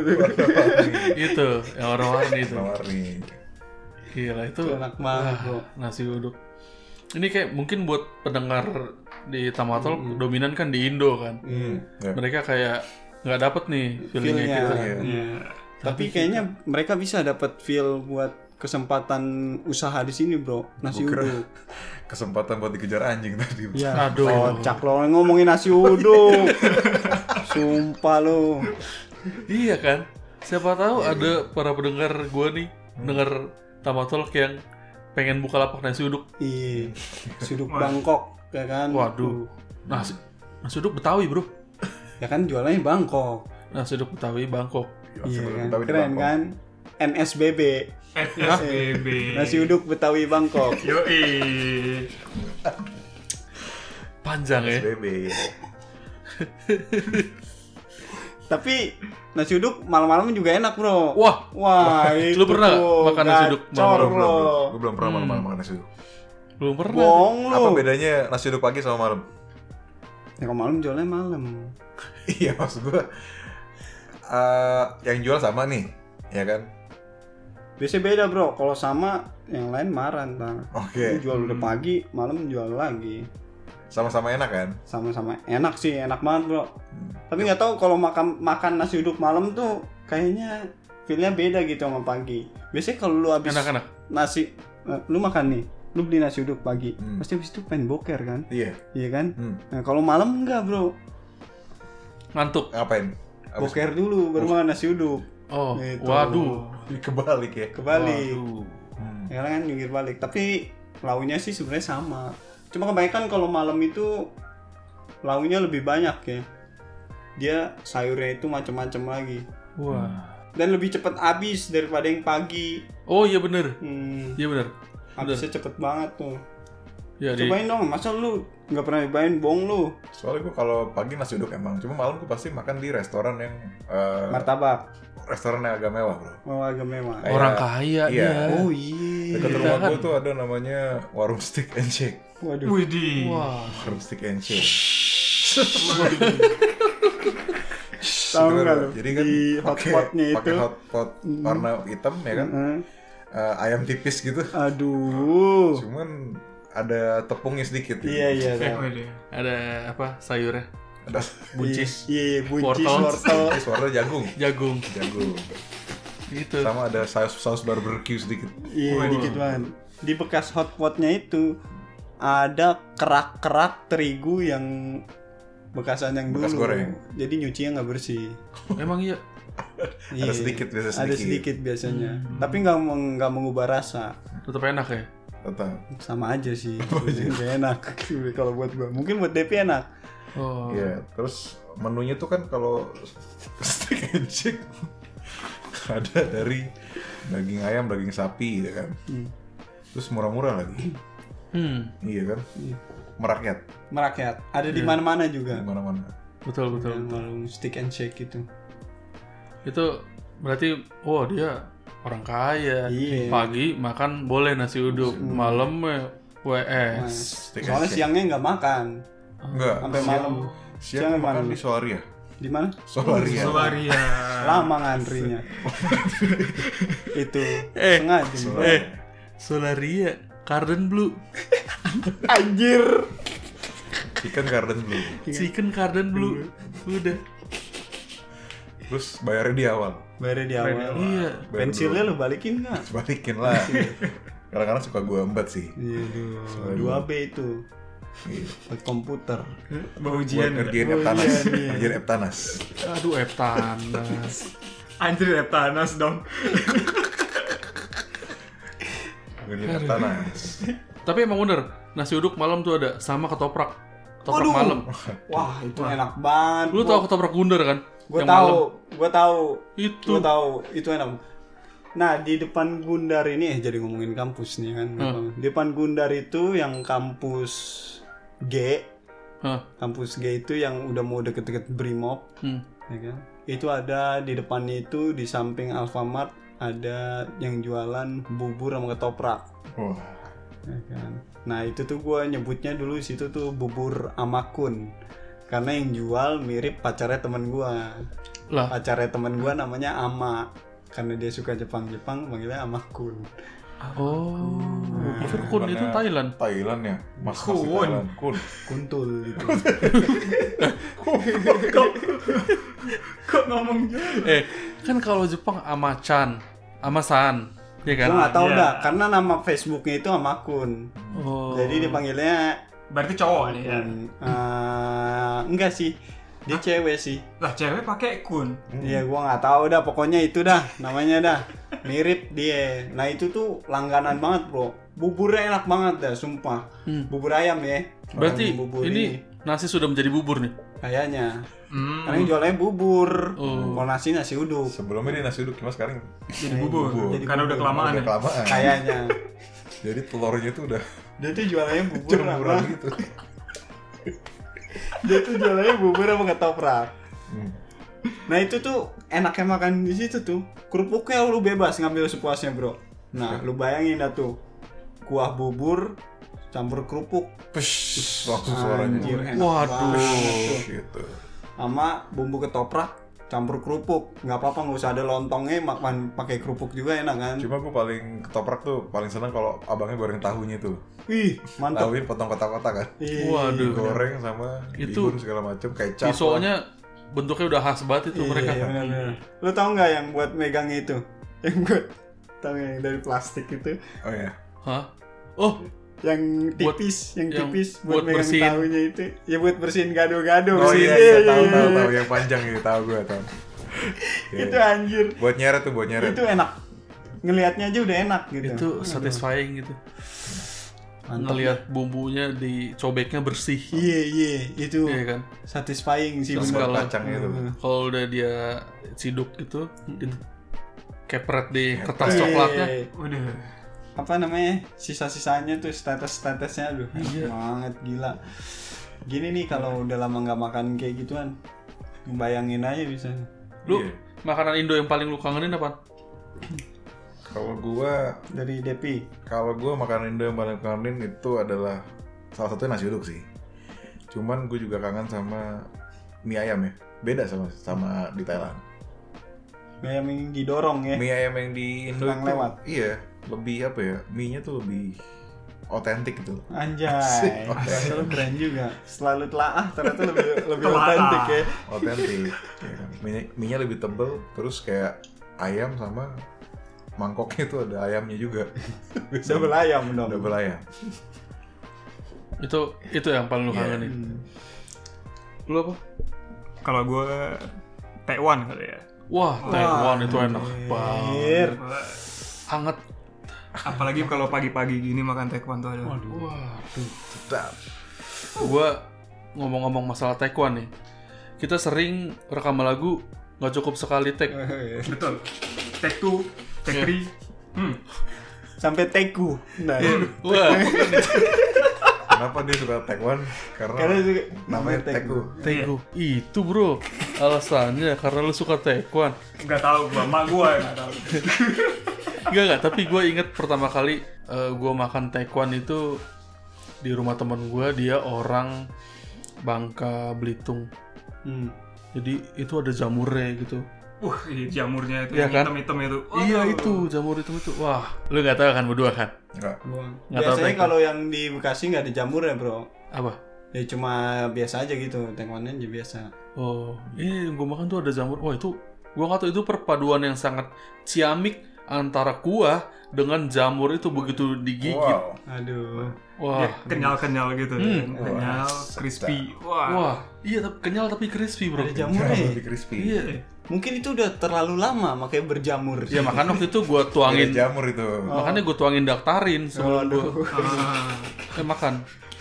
Itu yang warna-warni itu.
Warna-warni.
Gila itu.
Itu enak banget,
wah,
Bro.
nasi uduk. Ini kayak mungkin buat pendengar di Tamatol dominan kan di Indo kan.
Ya.
Mereka kayak nggak dapet nih feelingnya
Feel-nya.
kita.
Iya. Tapi kayaknya mereka bisa dapat feel buat kesempatan usaha di sini, Bro. Nasi
Gua kira
uduk.
kesempatan buat dikejar anjing tadi.
Ya,
Aduh.
kocak lo ngomongin nasi uduk. Sumpah lo.
Iya kan? Siapa tahu ada para pendengar gue nih, dengar Tamatol yang pengen buka lapak nasi uduk.
Iya. Nasi uduk Bangkok, ya kan?
Waduh. Nasi uduk Betawi, bro.
Ya kan jualannya Bangkok.
Nasi uduk Betawi Bangkok.
Iya kan?
Tapi di
Keren
Bangkok.
kan? NSBB.
FSBB.
Nasi uduk Betawi Bangkok.
Yoi.
Panjang ya.
SBB.
Tapi nasi uduk malam-malam juga enak, Bro.
Wah.
Wah, itu
Lu pernah
tuh,
makan nasi uduk
gacor
malam-malam?
lo.
Gue belum pernah malam-malam makan nasi uduk.
Belum pernah.
Bohong lu.
Apa bedanya nasi uduk pagi sama malam?
Ya kalau malam jualnya malam.
Iya maksud gue yang jual sama nih, ya kan?
Biasanya beda, Bro. Kalau sama yang lain marah ntar.
Oke.
Lu jual udah pagi, malam jual lagi.
Sama-sama enak kan?
Sama-sama enak sih, enak banget, Bro. Tapi nggak tahu kalau makan nasi uduk malam tuh kayaknya feel-nya beda gitu sama pagi. Biasanya kalau lu habis
Enak-enak.
nasi, lu makan nih, lu beli nasi uduk pagi, pasti habis itu pengen boker kan?
Iya.
Iya kan? Nah kalau malam enggak, Bro.
Ngantuk.
Ngapain?
Boker dulu baru makan nasi uduk.
Oh,
Gitu.
waduh.
Kebalik ya.
Kebalik.
Waduh.
Ya kan nyungkir balik. Tapi launya sih sebenarnya sama. Cuma kebanyakan kalau malam itu launya lebih banyak ya. Dia sayurnya itu macam-macam lagi.
Wah.
Dan lebih cepat habis daripada yang pagi.
Oh iya bener.
Hmm,
Iya bener.
habisnya cepet banget tuh.
Ya,
Cobain dong, masa lu nggak pernah nyobain, bohong lu.
Soalnya gue kalau pagi nasi uduk emang, cuma malam gue pasti makan di restoran yang
Martabak.
restoran yang agak mewah bro.
Oh, agak mewah.
Kayak-
orang kaya
iya.
dia.
Oh iya.
Dekat rumah gue tuh ada namanya warung Stick and Shake.
Waduh.
Widih.
Wah.
Warung Stick and Shake.
Tahu nggak lo?
Jadi kan
Di hotpotnya itu.
pakai hotpot warna hitam ya kan. Ayam tipis gitu.
Aduh.
Cuman ada tepungnya sedikit. Gitu.
Iya.
Widih.
Ada apa sayurnya?
Ada
Buncis.
Iya, buncis,
Wortel.
wortel.
jagung.
Jagung. Gitu.
Sama ada saus barbecue sedikit.
Iya, dikit banget. Di bekas hotpotnya itu ada kerak-kerak terigu yang bekasan yang dulu.
Bekas goreng.
Jadi nyucinya nggak bersih.
Emang iya.
Ada sedikit biasa
Ada sedikit biasanya. Tapi nggak mengubah rasa.
Tetap enak ya.
Tetap.
Sama aja sih. Nggak enak. Kalau buat gua. Mungkin buat DP enak.
Oh.
Iya, terus menunya tuh kan kalau Stick and Shake ada dari daging ayam, daging sapi ya kan. Terus murah-murah lagi. Iya kan? Merakyat
Ada di mana-mana juga.
di mana-mana.
Betul.
Yang warung Stick and Shake itu.
Itu berarti dia orang kaya.
Iya.
Pagi makan boleh nasi uduk, malam WS.
Stick and
Soalnya
Shake.
siangnya nggak makan.
Enggak.
Sampai malam.
Siang makan di Solaria.
Di mana?
Solaria.
Solaria.
Lama ngantrinya. Itu sengaja.
Solaria, Garden Blue.
Anjir.
Chicken Garden Blue.
Chicken Garden Blue. Udah.
Terus bayarnya di awal.
Bayarnya di awal.
Iya.
Pensilnya lu balikin nggak?
Balikin lah. Kadang-kadang suka gue embat sih.
Iya, 2B itu. Buat komputer.
Bau
Buat
ujian.
ngerjain Eptanas. Ngerjain Eptanas.
Aduh, Eptanas.
Anjir Eptanas dong.
Ngerjain Eptanas.
Tapi emang bener, nasi uduk malam tuh ada sama ketoprak. Ketoprak malam.
Wah, itu enak banget.
Lu tau ketoprak bundar kan?
Gue
Yang malam.
tahu.
Itu.
Gue tahu, itu enak. Nah, di depan Gundar ini jadi ngomongin kampus nih kan. Di depan Gundar itu yang kampus G. Kampus G itu yang udah mau deket-deket Brimob. Ya kan? Itu ada di depannya itu di samping Alfamart ada yang jualan bubur sama ketoprak.
Wah.
Ya kan? Nah, itu tuh gue nyebutnya dulu situ tuh bubur Amakun. Karena yang jual mirip pacarnya teman gue.
Lah.
Pacarnya teman gue namanya Ama. Karena dia suka Jepang, panggilnya Amakun.
Oh, pikir kun itu Thailand.
Thailand ya? Mas
Kun.
Thailand. Kun.
Kuntul gitu.
Kok ngomong
Kan kalau Jepang Ama-chan, Ama-san, ya kan?
Gue gak tau
Iya.
dah, karena nama Facebooknya itu Amakun.
Oh.
Jadi dipanggilnya
berarti cowok nih ya.
enggak sih, dia cewek sih.
Lah cewek pakai kun.
Iya, gua nggak tahu dah, pokoknya itu dah namanya dah. Mirip dia. Nah, itu tuh langganan banget, Bro. Buburnya enak banget dah, sumpah. Bubur ayam ya.
Berarti
Bubur
ini nasi sudah menjadi bubur nih.
kayaknya. Karena yang jualnya bubur. Kalau nasi uduk.
Sebelumnya dia nasi uduk, cuma sekarang
Jadi bubur.
Jadi
Karena udah
bubur.
kelamaan
udah
ya.
kelamaan.
Kayaknya.
Jadi telurnya tuh udah
Dia tuh jualannya bubur
cemburan
sama
gitu.
dia tuh jualannya bubur sama ketoprak. Nah, itu tuh enaknya makan di situ tuh. Kerupuknya lu bebas ngambil sepuasnya, Bro. Nah, lu bayangin dah tuh. Kuah bubur campur kerupuk.
Pesh, langsung suaranya.
Anjir, enak
Waduh.
banget.
Gitu.
Sama bumbu ketoprak campur kerupuk. Nggak apa-apa, nggak usah ada lontongnya, makan pakai kerupuk juga enak kan.
Cuma gue paling ketoprak tuh paling seneng kalau abangnya goreng tahunya tuh.
Wih, mantap.
Tahunya potong kotak-kotak kan.
Waduh.
Goreng sama
Itu
bihun segala macam kecap.
Pisaunya bentuknya udah khas banget itu mereka.
Iya, bener-bener. Lu tau nggak yang buat megangnya itu? Yang buat tau nggak yang dari plastik itu?
Oh ya.
Hah? Oh,
Yang
Buat-
tipis, yang
yang
tipis
buat
buat megang
bersihin.
tahunya itu. Ya buat bersihin gado-gado.
Oh
bersihin.
iya, tahu yang panjang itu tahu gue tahu. Iya.
Itu anjir.
Buat nyeret tuh, buat nyeret.
Itu enak. Ngelihatnya aja udah enak gitu.
itu satisfying gitu.
Mantap.
Ngelihat bumbunya dicobeknya bersih.
Iya, itu
Iya kan?
satisfying sih
Terus
bener.
kalau-
kacangnya itu.
Kalau udah dia ciduk gitu, kepret di kertas
Iya,
coklatnya.
Udah.
apa namanya, sisa-sisanya tuh status-statusnya, aduh
Iya.
enak banget, gila. Gini nih kalau udah lama nggak makan kayak gituan, bayangin aja bisa.
Lu
Iya.
makanan Indo yang paling lu kangenin apa?
Kalau gua
dari Depi.
Kalau gua makanan Indo yang paling kangenin itu adalah salah satunya nasi uduk sih. Cuman gue juga kangen sama mie ayam ya. Beda sama di Thailand.
Mie ayam yang didorong ya.
Mie ayam yang di Indo
Yang
itu
lewat.
iya, lebih apa ya? Mie-nya tuh lebih otentik gitu.
Anjay. Selalu keren juga. Selalu telaah ternyata lebih otentik ya.
Otentik. Ya kan? Mie-nya lebih tebel, terus kayak ayam sama mangkoknya tuh ada ayamnya juga.
Double ayam dong.
Double ayam.
Itu yang paling lu kangenin. Lu apa?
Kalau gue Taiwan kali ya.
Wah, Taiwan itu enak banget. Hangat.
Apalagi kalau pagi-pagi gini makan Taiwan tuh ada.
Waduh.
Sedap.
Gua ngomong-ngomong masalah Taekwondo nih. Kita sering rekam lagu nggak cukup sekali take.
Betul. Take 2, take 3.
Sampai teku. Nah,
Wah,
Kenapa dia suka Taekwondo?
karena juga
namanya Teku.
Taekwondo. Itu bro, alasannya karena lu suka Taekwondo.
Enggak tahu gua, mak gua yang enggak tahu.
Enggak, tapi gue inget pertama kali gue makan Taekwondo itu di rumah teman gue, dia orang Bangka Belitung. Jadi itu ada jamurnya gitu.
Jamurnya itu
Iya
yang
kan?
hitam-hitam itu.
Iya itu, jamur hitam itu. Wah, lu nggak tahu kan berdua kan?
Enggak.
Nggak tahu
Biasanya
Taekwondo.
kalau yang di Bekasi nggak ada jamur ya bro.
Apa?
Ya cuma biasa aja gitu. Taekwondo aja biasa.
Oh, yang gue makan tuh ada jamur. Wah itu, gue nggak tahu itu perpaduan yang sangat ciamik antara kuah dengan jamur itu begitu digigit.
Wow.
Aduh.
Wah,
Dia kenyal-kenyal gitu. Kenyal, crispy.
wah, iya tapi kenyal tapi crispy bro.
Ada jamurnya.
Lebih crispy.
Iya.
Mungkin itu udah terlalu lama makanya berjamur.
Ya makanya waktu itu gue
Ada
tuangin,
jamur itu.
makanya gue tuangin daktarin sebelum gue makan.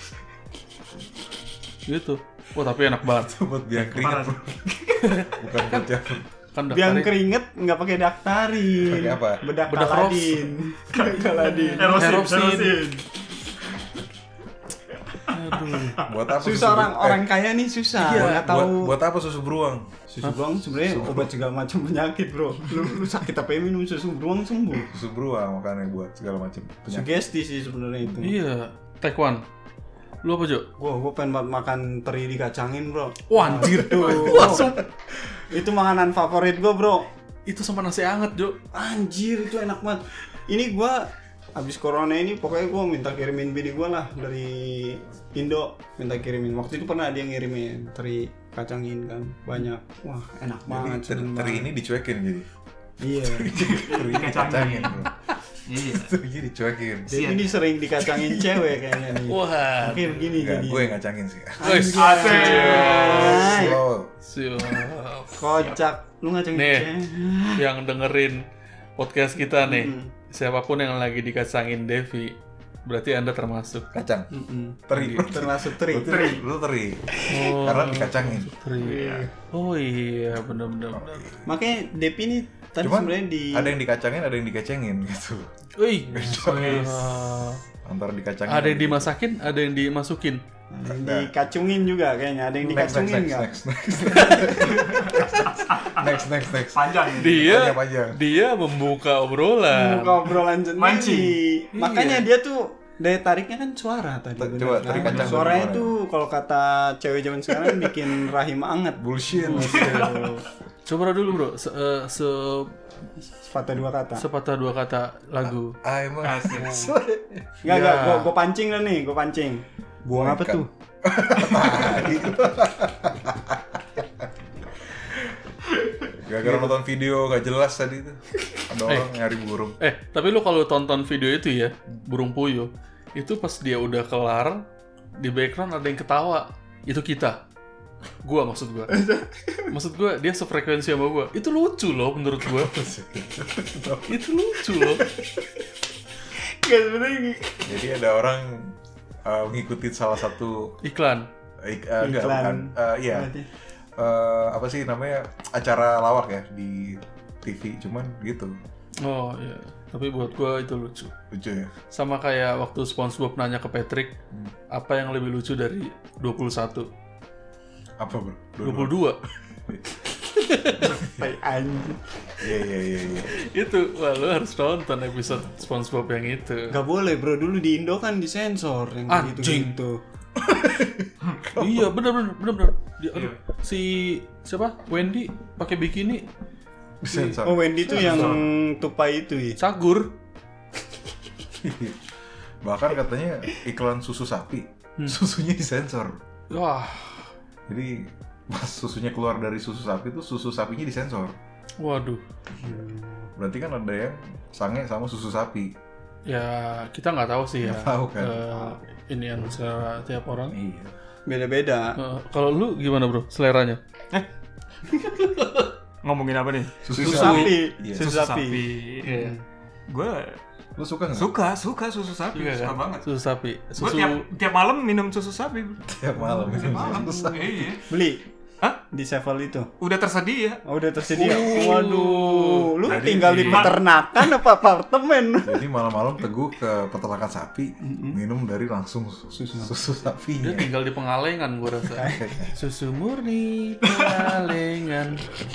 Gitu. Wah tapi enak banget.
Buat biang keringat. Bro. Bukan buat jamur.
Kan
Biang
daktarin.
keringet nggak pakai daktarin.
Pakai apa?
Bedak
Bedak
Kaladin. Kaladin.
Erosin. Aduh.
Buat apa?
Susah
susu-
orang kaya nih susah.
Iya,
Nggak tahu.
Buat apa susu beruang?
Susu beruang sebenarnya obat segala macam penyakit bro. Lu sakit apa ya minum susu beruang sembuh.
Susu beruang makanya buat segala macam penyakit.
Sugesti sih sebenarnya itu.
Iya, Taekwondo. Lu apa, Jo?
Gua pengen banget makan teri dikacangin bro.
Wah, anjir.
Tuh.
Langsung.
Itu makanan favorit gua bro.
Itu sama nasi hangat, Jo.
Anjir itu enak banget. Ini gua abis corona ini pokoknya gua minta kirimin bini gua lah dari Indo, minta kirimin. Waktu itu pernah dia ngirimin teri kacangin kan banyak. Wah enak banget.
Jadi
seneng
teri
banget.
ini dicuekin jadi.
Iya.
Teri ini dikacangin. Bro.
Iya.
Teri ini dicuekin.
Jadi ini sering dikacangin cewek kayaknya nih.
Wah.
Oke begini
Enggak,
jadi.
gue yang ngacangin sih.
Anjay.
Slow.
Siap.
Kocak. Lu ngacangin
Nih.
cewek.
Yang dengerin podcast kita nih,
Mm.
siapapun yang lagi dikacangin Devi, berarti Anda termasuk.
Kacang.
Teri.
Teri.
Termasuk teri.
Lu teri.
Oh,
Karena dikacangin.
Oh iya, benar-benar.
Makanya Depi nih tadi
Cuman
sebenarnya di
ada yang dikacangin, ada yang dikecengin gitu.
Wih,
Antara dikacangin.
ada yang dimasakin, ada yang dimasukin.
yang dikacungin juga kayaknya. Ada yang dikacungin nggak?
Next.
Panjang ini.
Panjang.
Dia membuka obrolan.
Muka obrolan sendiri.
Mancing.
Makanya dia tuh daya tariknya kan suara tadi. bener
Coba,
kan?
teri kacang
Suaranya
gimana?
tuh kalau kata cewek zaman sekarang bikin rahim anget.
Bullshit.
Coba dulu bro,
Sepatah dua kata.
sepatah dua kata lagu.
I'm a
Enggak, gua pancing lah nih, gua pancing. Buang apa tuh?
Gara-gara nonton video gak jelas tadi tuh. Ada orang nyari burung.
Tapi lu kalau tonton video itu ya, burung puyuh, itu pas dia udah kelar, di background ada yang ketawa. Itu kita. Gua maksud gua. Maksud gua dia sefrekuensi sama gua. Itu lucu loh menurut gua. Itu lucu loh.
Enggak sebenarnya.
Jadi ada orang mengikuti salah satu
Iklan.
enggak
Iklan.
bukan iya. Apa sih namanya acara lawak ya di TV cuman gitu.
Oh iya. Tapi buat gua itu lucu.
Lucu ya.
Sama kayak waktu SpongeBob nanya ke Patrick, apa yang lebih lucu dari 21?
Apa bro?
22.
Tai anjing.
Iya.
Itu, wah lu harus nonton episode SpongeBob yang itu.
Gak boleh bro, dulu di Indo kan disensor yang
Anjing.
gitu.
Iya, bener. Aduh, si siapa? Wendy pakai bikini,
Disensor.
Oh Wendy tuh yang tupai itu ya.
cagur.
Bahkan katanya iklan susu sapi, susunya disensor.
Wah,
Jadi pas susunya keluar dari susu sapi tuh susu sapinya disensor.
waduh.
Berarti kan ada yang sange sama susu sapi.
Ya kita nggak tahu sih ya.
Nggak tahu kan.
Ini yang selera tiap orang.
Iya.
Beda-beda.
Kalau lu gimana bro, seleranya?
Ngomongin apa nih?
Susu sapi.
Iya.
Susu sapi.
Iya.
Gue
Lu suka nggak?
suka susu sapi,
Iya
suka
kan?
banget.
Susu sapi.
Gue tiap malam minum susu sapi.
Tiap malam minum
Malam.
susu sapi.
Iya.
Beli
Hah?
di Sevel itu.
Udah tersedia.
Oh, udah tersedia. Waduh, lu
Jadi
tinggal di peternakan apa apartemen?
Jadi malam-malam Teguh ke peternakan sapi, minum dari langsung susu
Dia
sapinya.
tinggal di Pengalengan gua rasa. Susu murni Pengalengan.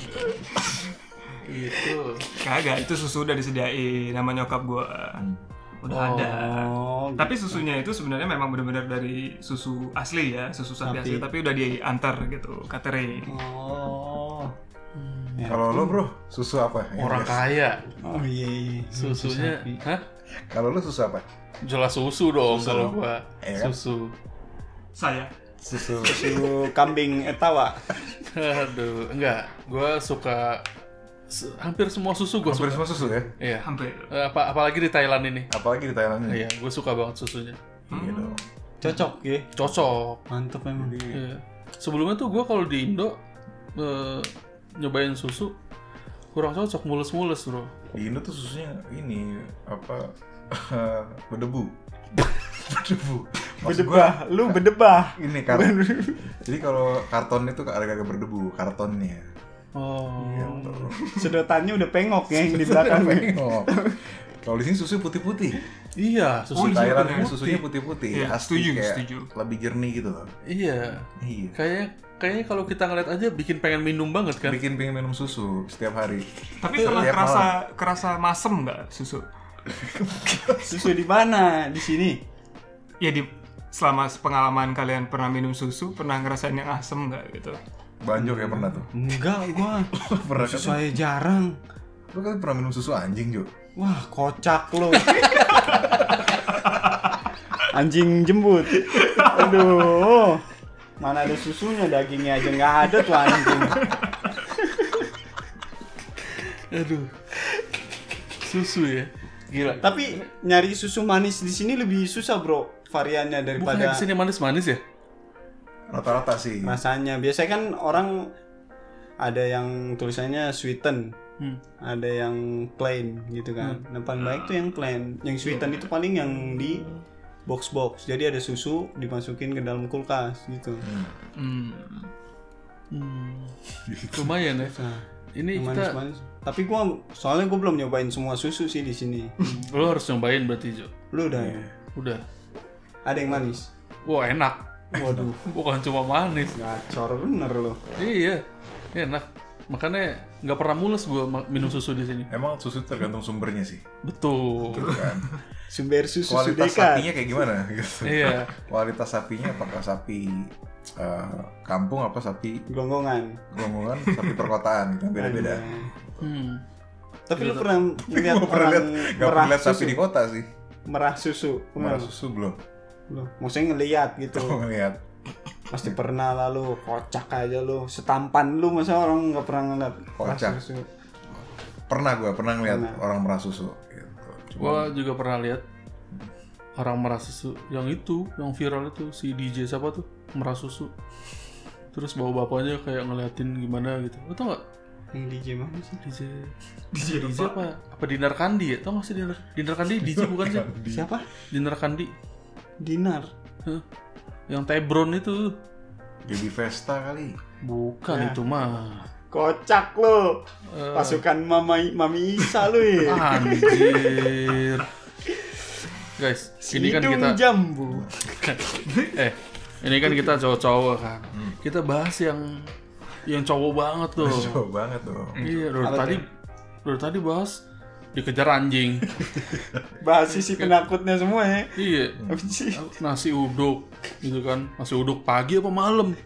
Itu.
Kagak, itu susu udah disediain sama nyokap gue. Udah ada.
Oh,
Tapi susunya itu sebenarnya memang benar-benar dari susu asli ya, susu sapi asli, tapi udah diantar gitu, catering.
Oh. Ya.
Kalau lo bro, susu apa?
Orang kaya.
Oh iya.
Susunya, hah?
Kalau lo susu apa?
Jelas susu dong kalau gua.
Iya kan?
Susu.
Saya.
Susu.
Susu kambing etawa.
Aduh, enggak. Gua suka hampir semua susu gua
Hampir
suka.
semua susu ya?
Iya.
Hampir.
Apalagi di Thailand ini.
Apalagi di Thailand ini.
Iya, gue suka banget susunya.
Iya dong.
Cocok ya.
Cocok.
Mantep emang.
Iya. Sebelumnya tuh gue kalau di Indo nyobain susu kurang cocok, mules-mules bro.
Di Indo tuh susunya ini apa? Berdebu. Berdebu. Maksud
Bedebah, lu bedebah.
Ini karton. Jadi kalau karton itu agak-agak berdebu kartonnya.
Oh.
Gitu.
Sedotannya udah pengok ya yang di belakangnya.
Oh. Kalau di sini susu putih-putih.
Iya, susu
Di
Thailand.
Thailand ini susunya putih-putih.
Iya,
Asli kayak
setuju.
lebih jernih gitu loh.
Iya.
Iya.
Kayaknya kalau kita ngeliat aja bikin pengen minum banget kan.
Bikin pengen minum susu setiap hari.
Tapi pernah
Tiap
kerasa masem nggak susu?
Susu di mana? Di sini.
Ya selama pengalaman kalian pernah minum susu, pernah ngerasain yang asem nggak gitu?
Banjo kayak pernah tuh.
Enggak, gua.
Pernah
Susu
kan?
saya jarang.
Lu kan pernah minum susu anjing, Jo?
Wah, kocak lo. Anjing jembut. Aduh. Mana ada susunya, dagingnya aja nggak ada tuh anjing.
Aduh. Susu ya. Gila.
Tapi nyari susu manis di sini lebih susah, Bro. Variannya
Bukannya
daripada
di sini manis-manis ya?
Rata-rata sih.
rasanya. Biasanya kan orang ada yang tulisannya sweeten. Ada yang plain gitu kan. Nah, paling baik tuh yang plain. Yang sweeten itu paling yang di box-box. Jadi ada susu dimasukin ke dalam kulkas gitu.
Lumayan ya.
Nah,
Ini
yang
kita
manis-manis. Tapi soalnya gua belum nyobain semua susu sih di sini.
lo harus nyobain berarti Jo.
Lu udah ya?
Udah.
Ada yang manis.
Wah, enak.
Waduh,
Bukan cuma manis.
gacor bener lo.
Iya. Enak. Makanya nggak pernah mules gue minum susu di sini.
Emang susu tergantung sumbernya sih.
Betul.
Kan?
Sumber susu
Kualitas
Sudeka.
sapinya kayak gimana gitu.
Iya.
Kualitas sapinya apakah sapi kampung apa sapi
Gonggongan.
gonggongan, sapi perkotaan gitu beda-beda.
Tapi lu pernah lihat
Gue pernah lihat, nggak pernah lihat sapi
susu?
di kota sih.
Merah susu.
Merah susu belum.
Belum. Maksudnya ngeliat gitu.
Gue ngeliat.
Pasti pernah lah lu, kocak aja lu. Setampan lu masa orang nggak pernah ngeliat merah
Kocak.
susu.
Pernah ngeliat orang merah susu. Gitu.
Gue juga pernah lihat orang merah susu yang itu, yang viral itu si DJ siapa tuh merah susu. Terus bawa bapaknya kayak ngeliatin gimana gitu. Lo tau nggak?
Yang DJ mana sih?
DJ apa? Apa Dinar Kandi ya? Tau nggak sih Dinar Kandi? DJ bukan sih?
Siapa?
Dinar Kandi.
Dinar.
Hah? Yang Tebron itu.
Gaby Vesta kali.
Bukan
Ya.
itu mah.
Kocak lu. Pasukan Mami Isa lu ya.
Anjir. Guys, ini kan
Hidung
kita
jambu.
ini kan kita cowok-cowok kan. Kita bahas yang cowok banget tuh.
Jauh banget tuh.
Iya, dari
Apa
tadi
tuh?
Dari tadi bahas dikejar anjing.
Bahas sisi penakutnya semua ya.
Iya.
Apa sih?
Nasi uduk gitu kan. Nasi uduk pagi apa malam?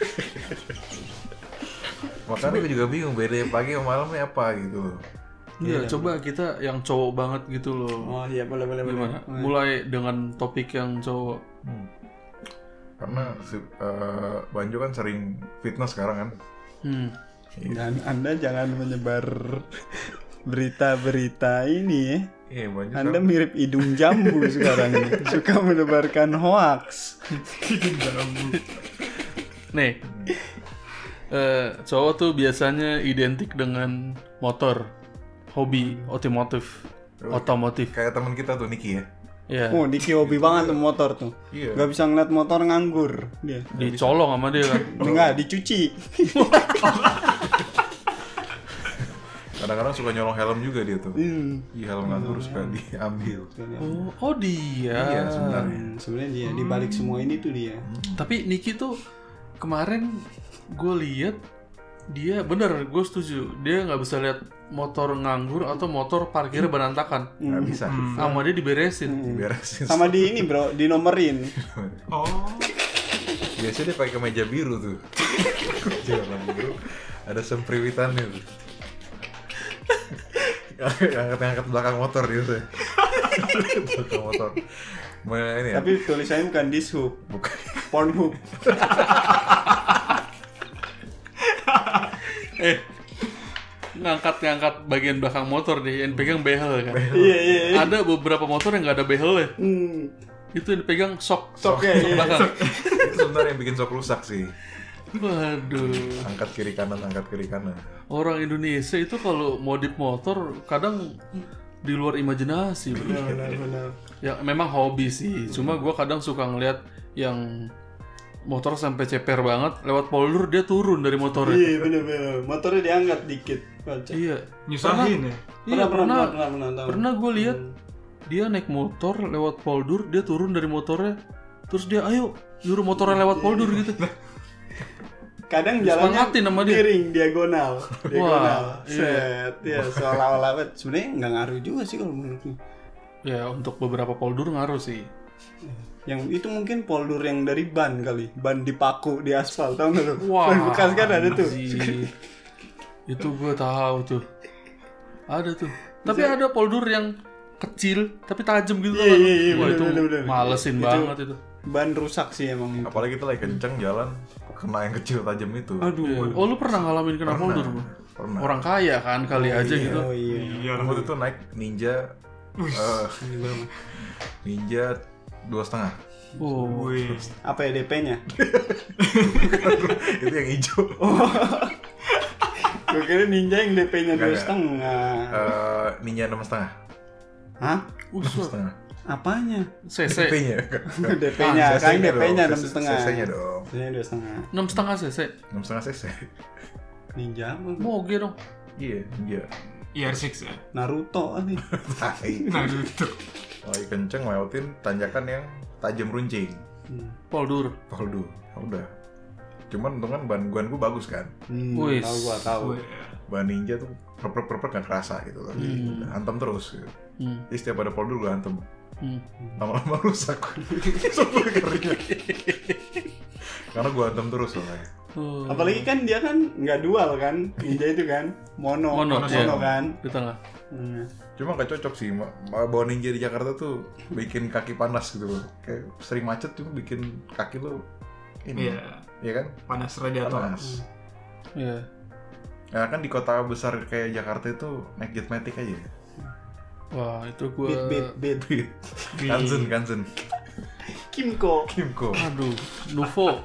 Makanya gue juga bingung beda pagi sama malamnya apa gitu loh.
Iya, coba kita yang cowok banget gitu loh.
Oh iya, boleh.
Gimana? Mulai dengan topik yang cowok.
Karena Banjo kan sering fitness sekarang kan.
Dan Anda jangan menyebar berita-berita ini ya.
Iya, Banjo
Anda mirip hidung jambu sekarang ini. Suka menebarkan hoax.
Hidung jambu.
Nih, cowok tuh biasanya identik dengan motor, hobi otomotif.
kayak teman kita tuh Niki ya.
Iya.
Oh, Diki hobi banget tuh motor tuh.
Iya.
Gak bisa ngeliat motor nganggur dia.
Dicolong sama dia kan.
Enggak, dicuci.
Kadang-kadang suka nyolong helm juga dia tuh. Iya, helm nganggur suka diambil.
Oh dia.
Iya, sebenarnya.
Sebenarnya dia di balik semua ini tuh dia.
Tapi Niki tuh kemarin gue lihat dia bener, gue setuju. Dia nggak bisa lihat motor nganggur atau motor parkirnya berantakan.
Nggak bisa.
Sama dia diberesin.
Diberesin.
Sama di ini bro, dinomerin.
Oh.
Biasanya dia pakai kemeja biru tuh. Kemeja warna biru. Ada sempriwitannya tuh. Angkat belakang motor gitu. Belakang motor. Ini ya?
Tapi tulisannya bukan dishub,
Bukan.
Pornhub.
Ngangkat bagian belakang motor deh, yang pegang behel kan.
Iya.
Ada beberapa motor yang nggak ada behelnya. Itu yang dipegang sok
Soknya, iya.
belakang.
Itu sebenarnya yang bikin sok rusak sih.
Waduh.
Angkat kiri kanan.
Orang Indonesia itu kalau modif motor kadang di luar imajinasi.
Benar.
Ya memang hobi sih. Cuma gue kadang suka ngeliat yang motor sampai ceper banget, lewat polder dia turun dari motornya.
Iya benar. Motornya diangkat dikit. Baca.
Iya.
Nyusahin ya.
Iya, pernah
Pernah
gue lihat dia naik motor lewat poldur, dia turun dari motornya, terus dia ayo nyuruh motornya lewat poldur gitu.
Kadang jalannya
Semangatin sama dia.
miring diagonal.
Wah,
Set. Ya seolah-olah sebenarnya nggak ngaruh juga sih kalau menurutku.
Ya untuk beberapa poldur ngaruh sih.
Yang itu mungkin poldur yang dari ban kali, ban dipaku di aspal, tau nggak lu?
Wah,
Ban bekas kan ada tuh.
anjir. Itu gue tahu tuh. Ada tuh. Tapi ada poldur yang kecil tapi tajam gitu.
Iya,
Wah, itu
bener.
malesin
Itu
banget itu.
Ban rusak sih emang.
Apalagi kita lagi kenceng jalan kena yang kecil tajam itu.
Aduh.
Oh lu pernah ngalamin kena poldur?
Pernah.
Orang kaya kan kali aja gitu.
Oh iya.
Iya.
Waktu itu naik Ninja. Ninja 2,5.
Oh.
Wih.
Apa ya DP-nya?
Itu yang hijau.
Gue kira Ninja yang DP-nya
Nggak.
2,5.
Ninja 6,5.
Hah?
6,5.
Apanya?
CC.
DP-nya.
DP-nya, kan DP-nya 6,5.
CC-nya dong.
DP-nya 2,5.
6,5 cc.
6,5 cc.
Ninja apa?
Moge dong.
Iya, Ninja.
ER6 ya.
Naruto nih.
Tai.
Naruto.
Lagi kenceng lewatin tanjakan yang tajam runcing.
Poldur.
Poldu. Udah. Cuman untung kan ban gue bagus kan.
Wih.
Tahu gua tahu.
Wih.
Ban Ninja tuh perper gak kerasa gitu kan. Hantam terus gitu. Jadi setiap ada polder gue hantam. Lama-lama rusak. Sampai kering. Karena gue hantam terus soalnya.
Apalagi kan dia kan nggak dual kan, Ninja itu kan mono
iya.
kan.
Di tengah.
Cuma gak cocok sih bawa Ninja di Jakarta tuh bikin kaki panas gitu loh. Kayak sering macet tuh bikin kaki lo ini. Iya kan?
Panas radiator.
Panas.
Iya.
Ya kan di kota besar kayak Jakarta itu naik Jetmatic aja.
Wah, itu gua
Beat.
Kanzen.
Kimco.
Aduh, Nuvo.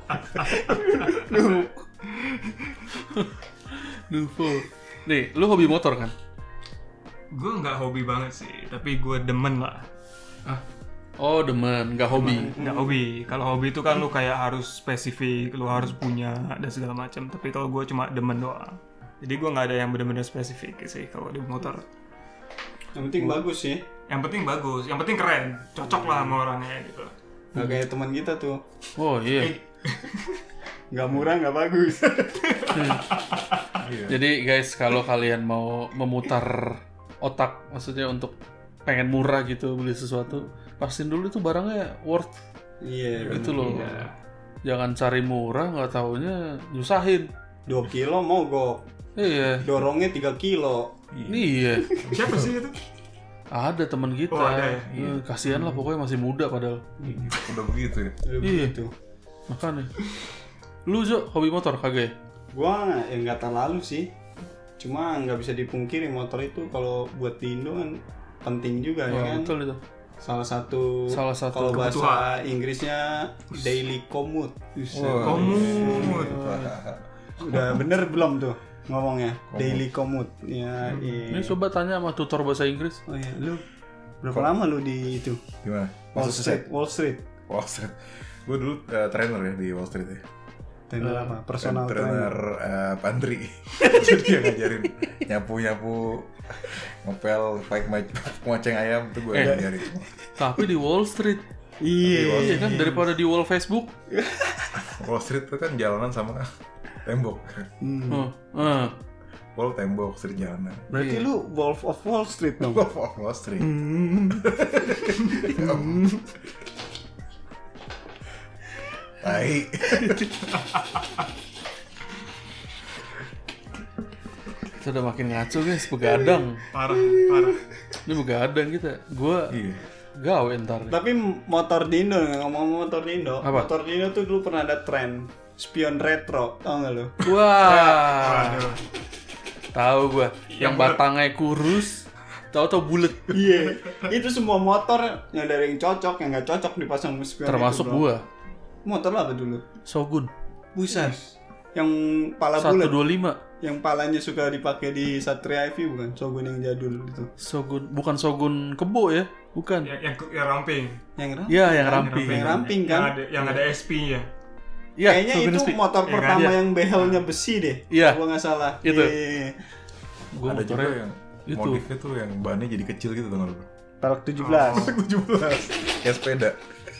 Nuvo. Nih, lu hobi motor kan?
Gue nggak hobi banget sih, tapi gue demen lah.
Oh, demen, nggak hobi.
Nggak hobi. Kalau hobi itu kan lu kayak harus spesifik, lu harus punya dan segala macam. Tapi kalau gue cuma demen doang. Jadi gue nggak ada yang benar-benar spesifik sih kalau di motor.
Yang penting bagus sih.
Yang penting bagus, yang penting keren, cocok lah sama orangnya gitu.
Gak kayak teman kita tuh.
Oh iya.
Gak murah, gak bagus.
Jadi guys, kalau kalian mau memutar otak, maksudnya untuk pengen murah gitu beli sesuatu, pastiin dulu itu barangnya worth.
Iya.
Itu loh.
Iya.
Jangan cari murah, nggak taunya nyusahin.
2 kilo mogok.
Iya.
Dorongnya 3 kilo.
Iya.
Siapa sih itu?
Ada teman kita.
Oh, ada ya?
Kasihan lah, pokoknya masih muda padahal.
Udah begitu ya.
Iya.
Gitu.
Makanya. Lu Jo, hobi motor kagak ya?
Gua ya nggak terlalu sih. Cuma nggak bisa dipungkiri motor itu kalau buat di Indo kan penting juga ya kan.
Betul itu.
Salah satu kalau bahasa
kebutuhan.
Inggrisnya daily commute.
Komut.
Udah bener belum tuh ngomongnya? Daily commute. Ya,
Ini coba tanya sama tutor bahasa Inggris.
Oh iya, lu berapa lama lu di itu?
Gimana?
Wall Street.
Wall Street. Gue dulu trainer ya di Wall Street ya.
Trainer apa? Personal
trainer pantry. Jadi dia ngajarin nyapu, ngepel, ngoceng ayam tuh gue ngajarin.
Tapi di Wall Street.
Iya.
Iya kan, daripada di wall Facebook.
Wall Street itu kan jalanan sama tembok. Wall tembok, street jalanan.
Berarti lu Wolf of Wall Street dong.
Wolf of Wall Street. Tai.
Kita udah makin ngaco guys, begadang.
Parah.
Ini begadang kita. Gua
Iya.
gawe ntar.
Tapi motor di Indo, ngomong motor di Indo.
Apa?
Motor di Indo tuh dulu pernah ada tren spion retro, tau gak lu?
Wah. Tahu gua. Yang
bulet.
batangnya kurus, tahu-tahu bulet.
Iya. Itu semua motor yang dari yang cocok, yang nggak cocok dipasang spion.
Termasuk
itu, bro.
gua.
Motor lo apa dulu?
Shogun
Buset. Yang pala bulat.
125.
Yang palanya suka dipakai di Satria IV bukan? Shogun yang jadul itu.
Shogun, bukan Shogun kebo ya? Bukan.
Yang ramping.
Yang ramping.
Iya, yang ramping.
Yang ramping kan?
Yang ada SP-nya.
Iya,
Kayaknya
Shogun
itu
SP.
motor
Iya
pertama
kan?
yang behelnya besi deh.
Iya.
Gua nggak salah.
Itu.
Iya.
Gua
Ada juga
motornya
yang
itu.
modifnya tuh yang bannya jadi kecil gitu tuh.
Pelek 17.
17 kayak sepeda.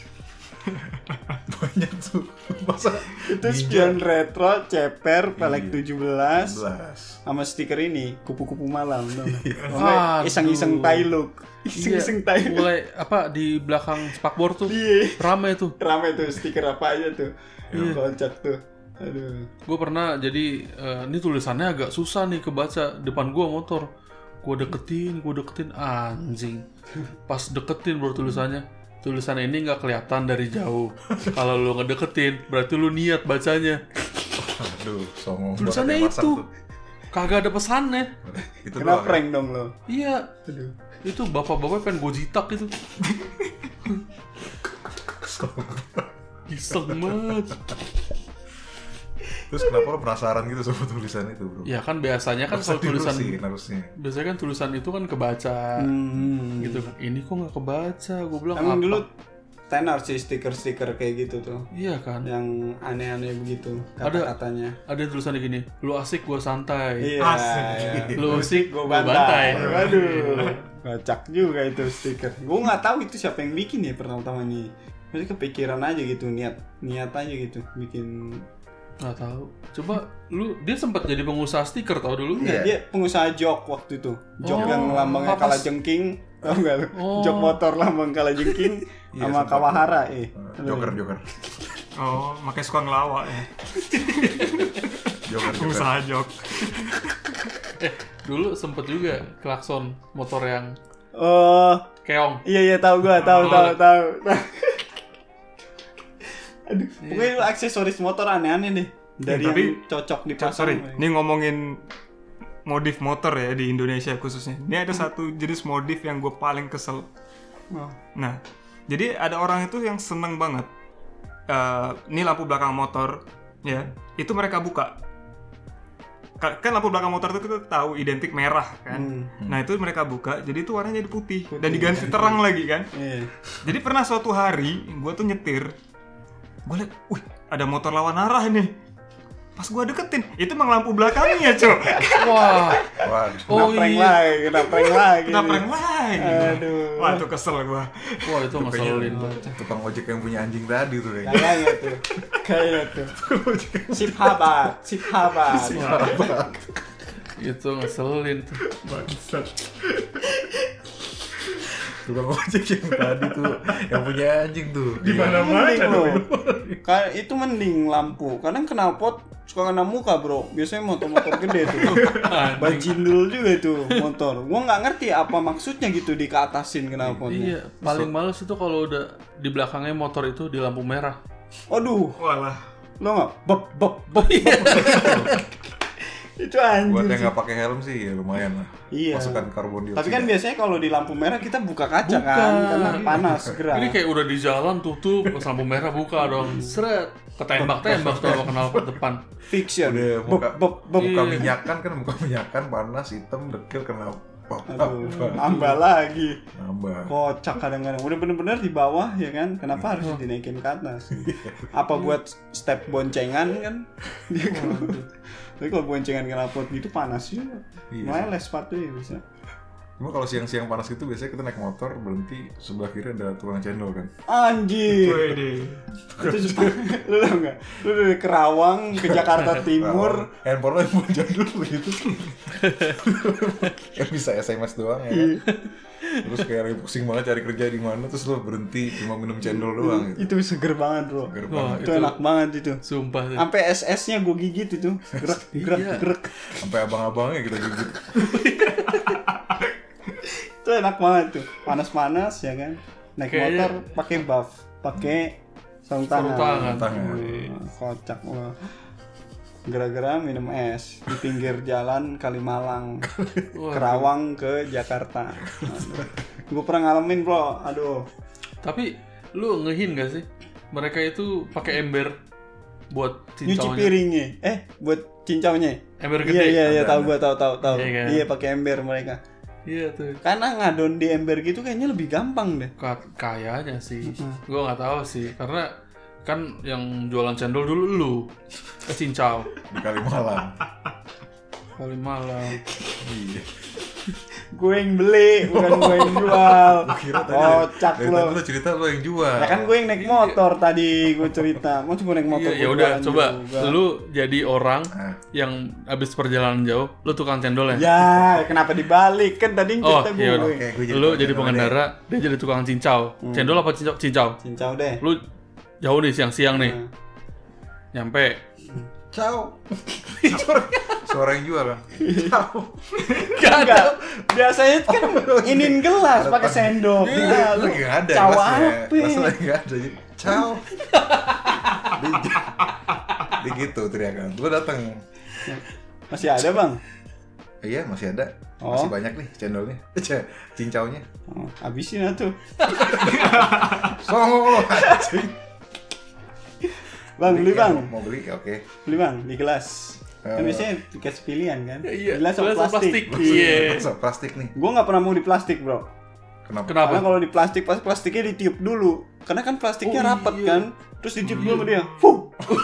Banyak tuh. Masa
Itu spion retro, ceper, pelek 17
11.
sama stiker ini, kupu-kupu malam.
Aduh.
Iseng-iseng tai look.
Iya,
Iseng-iseng tai look.
mulai apa di belakang spakbor tuh
Iya.
rame tuh.
Rame tuh stiker apa aja tuh. Kocak tuh. Aduh.
Gue pernah jadi ini tulisannya agak susah nih kebaca depan gua motor. Gue deketin anjing. Pas deketin baru tulisannya. Tulisan ini nggak kelihatan dari jauh. Kalau lu ngedeketin, berarti lu niat bacanya.
Aduh, songong
Tulisannya
banget yang masak
itu.
tuh.
Kagak ada pesannya.
Itu
Kena
doang.
prank dong lo.
Iya.
Aduh.
Itu bapak-bapak pengen gue jitak itu. Iseng banget.
Terus kenapa lo penasaran gitu sama tulisan itu, bro?
Ya kan biasanya kan kalau tulisan
harusnya.
biasanya kan tulisan itu kan kebaca gitu kan. Ini kok nggak kebaca? Gue bilang
Emang
apa?
dulu tenar sih stiker-stiker kayak gitu tuh.
Iya kan.
Yang aneh-aneh begitu
Ada.
kata-katanya.
Ada tulisannya gini, lu asik gua santai.
Iya.
Asik.
Lu asik
Gue
gua
bantai.
bantai.
Waduh. Kocak juga itu stiker. Gue nggak tahu itu siapa yang bikin ya pertama-tama nih. Masih kepikiran aja gitu, niat aja gitu bikin.
Nggak tahu. Coba dia sempat jadi pengusaha stiker tau dulu nggak?
Iya.
Dia pengusaha jok waktu itu. Jok
Oh,
yang lambangnya
apa
kala jengking. Oh enggak.
Oh.
Jok motor lambang kala jengking
Iya,
sama
sempat.
Kawahara
Joker.
Oh, makanya suka ngelawak ya.
Joker.
Usaha jok.
Dulu sempet juga klakson motor yang
Oh,
keong.
iya tahu gua, tahu. Aduh, pokoknya lu aksesoris motor aneh-aneh deh. Dari
Tapi,
yang cocok dipasang.
Sorry, ini ngomongin modif motor ya di Indonesia khususnya. Ini ada satu jenis modif yang gue paling kesel.
Oh.
Nah, jadi ada orang itu yang seneng banget. Ini lampu belakang motor, ya, itu mereka buka. Kan lampu belakang motor itu kita tahu identik merah kan. Nah itu mereka buka, jadi itu warnanya jadi putih dan diganti terang lagi kan.
Iya.
Jadi pernah suatu hari gue tuh nyetir, gue liat, wih ada motor lawan arah ini. Pas gua deketin, itu emang lampu belakangnya, Cok.
Wah.
Waduh.
Kena prank lagi.
Aduh. Wah, itu kesel gua.
Wah, itu ngeselin.
Tukang ojek yang punya anjing tadi tuh kayaknya.
Kayaknya tuh. Sip habat.
Itu ngeselin tuh.
Bangsat.
Tukang ojek yang tadi tuh yang punya anjing tuh.
Di mana-mana
loh. Itu mending lampu. Kadang knalpot suka kena muka, Bro. Biasanya motor-motor gede tuh. Bajindul juga itu motor. Gua nggak ngerti apa maksudnya gitu dikeatasin knalpotnya.
Iya, paling males itu kalau udah di belakangnya motor itu di lampu merah.
Aduh,
Walah.
lo nggak bep. Itu anjing.
Buat yang nggak pakai helm sih ya lumayan lah.
Iya.
Masukkan karbon dioksida.
Tapi kan biasanya kalau di lampu merah kita buka kaca kan, karena panas segera.
Ini kayak udah di jalan tutup, pas lampu merah buka dong. Seret, ketembak-tembak tuh kenal ke depan.
Fiction.
Udah
Bep.
buka
Iya.
minyakan panas hitam dekil kena
Aduh, nambah lagi.
nambah.
Kocak kadang-kadang. Udah bener-bener di bawah ya kan. Kenapa harus dinaikin ke atas? Apa buat step boncengan kan? Dia kan. Tapi kalau boncengan knalpot gitu panas juga.
Iya.
Meles sepatunya bisa.
Cuma kalau siang-siang panas gitu biasanya kita naik motor berhenti sebelah kiri ada tukang cendol kan.
Anjir.
Wede.
Itu lu tau nggak? Lu dari Kerawang ke Jakarta Timur.
Handphone lo yang jadul begitu. Yang bisa SMS doang ya kan. Terus kayak lagi pusing banget cari kerja di mana terus lo berhenti cuma minum cendol doang gitu.
Itu seger banget, Bro.
Seger
Wah,
banget.
Itu enak banget itu.
Sumpah tuh.
Sampai SS-nya gue gigit itu. Gerak.
Sampai abang-abangnya kita gigit.
Itu enak banget tuh. Panas-panas ya kan. Naik
Kayaknya-
motor pakai buff, pakai sarung tangan.
Tangan.
Kocak loh. Gara-gara minum es di pinggir jalan Kalimalang,
Wah.
Kerawang ke Jakarta. Gue pernah ngalamin, Bro. Aduh.
Tapi lu ngehin gak sih? Mereka itu pakai ember buat
Nyuci
cincaunya.
piringnya. Buat cincaunya.
Ember gede.
Iya,
Ada.
tahu.
Iya kan?
Iya, pakai ember mereka.
Iya tuh.
Karena ngadon di ember gitu kayaknya lebih gampang deh.
Kayaknya sih. Gua nggak tahu sih karena kan yang jualan cendol dulu lu ke Cincau
Di Kalimalang.
Kalimalang.
Iya.
Gue yang beli, bukan gue yang jual.
Kira tadi
Kocak
dari
lo.
tadi lo cerita lo yang jual.
Ya kan gue yang naik motor tadi gue cerita. Mau gue naik motor.
Iya, ya
gue
udah
jualan
coba
juga.
lu jadi orang
Ah.
yang habis perjalanan jauh, lu tukang cendol ya?
Ya, kenapa dibalik? Kan tadi yang
Oh,
cerita
iya
gue.
udah.
Oke, gue jadi
Lu
tukang
jadi
cendol
pengendara, dia jadi tukang cincau. Cendol apa cincau? Cincau.
Cincau deh.
Lu jauh nih siang-siang nih.
Nah.
Nyampe.
Ciao. Suara yang jual kan. Ciao.
Enggak. Biasanya kan inin gelas pakai sendok. Nah, lu
Lagi nggak ada.
cawa
gelasnya.
apa?
Gelasnya lagi nggak ada. Jadi, ciao. Dia gitu teriakan. Lu datang.
Masih ada, Bang?
Iya masih ada.
Oh.
Masih banyak nih cendolnya. Cincaunya.
Oh, habisin atuh.
Songong lo. anjing.
Bang, beli,
Ya,
Bang.
Mau beli? Oke.
Beli, Bang, di gelas. Kan biasanya dikasih pilihan kan?
Iya,
Gelas sama
gelas sama
plastik.
plastik. Iya.
Masa plastik nih.
Gue nggak pernah mau di plastik, Bro.
Kenapa?
Kenapa?
Karena kalau di plastik, pas plastiknya ditiup dulu. Karena kan plastiknya
Oh,
rapet
iya.
kan. Terus ditiup dulu sama dia. Fuh.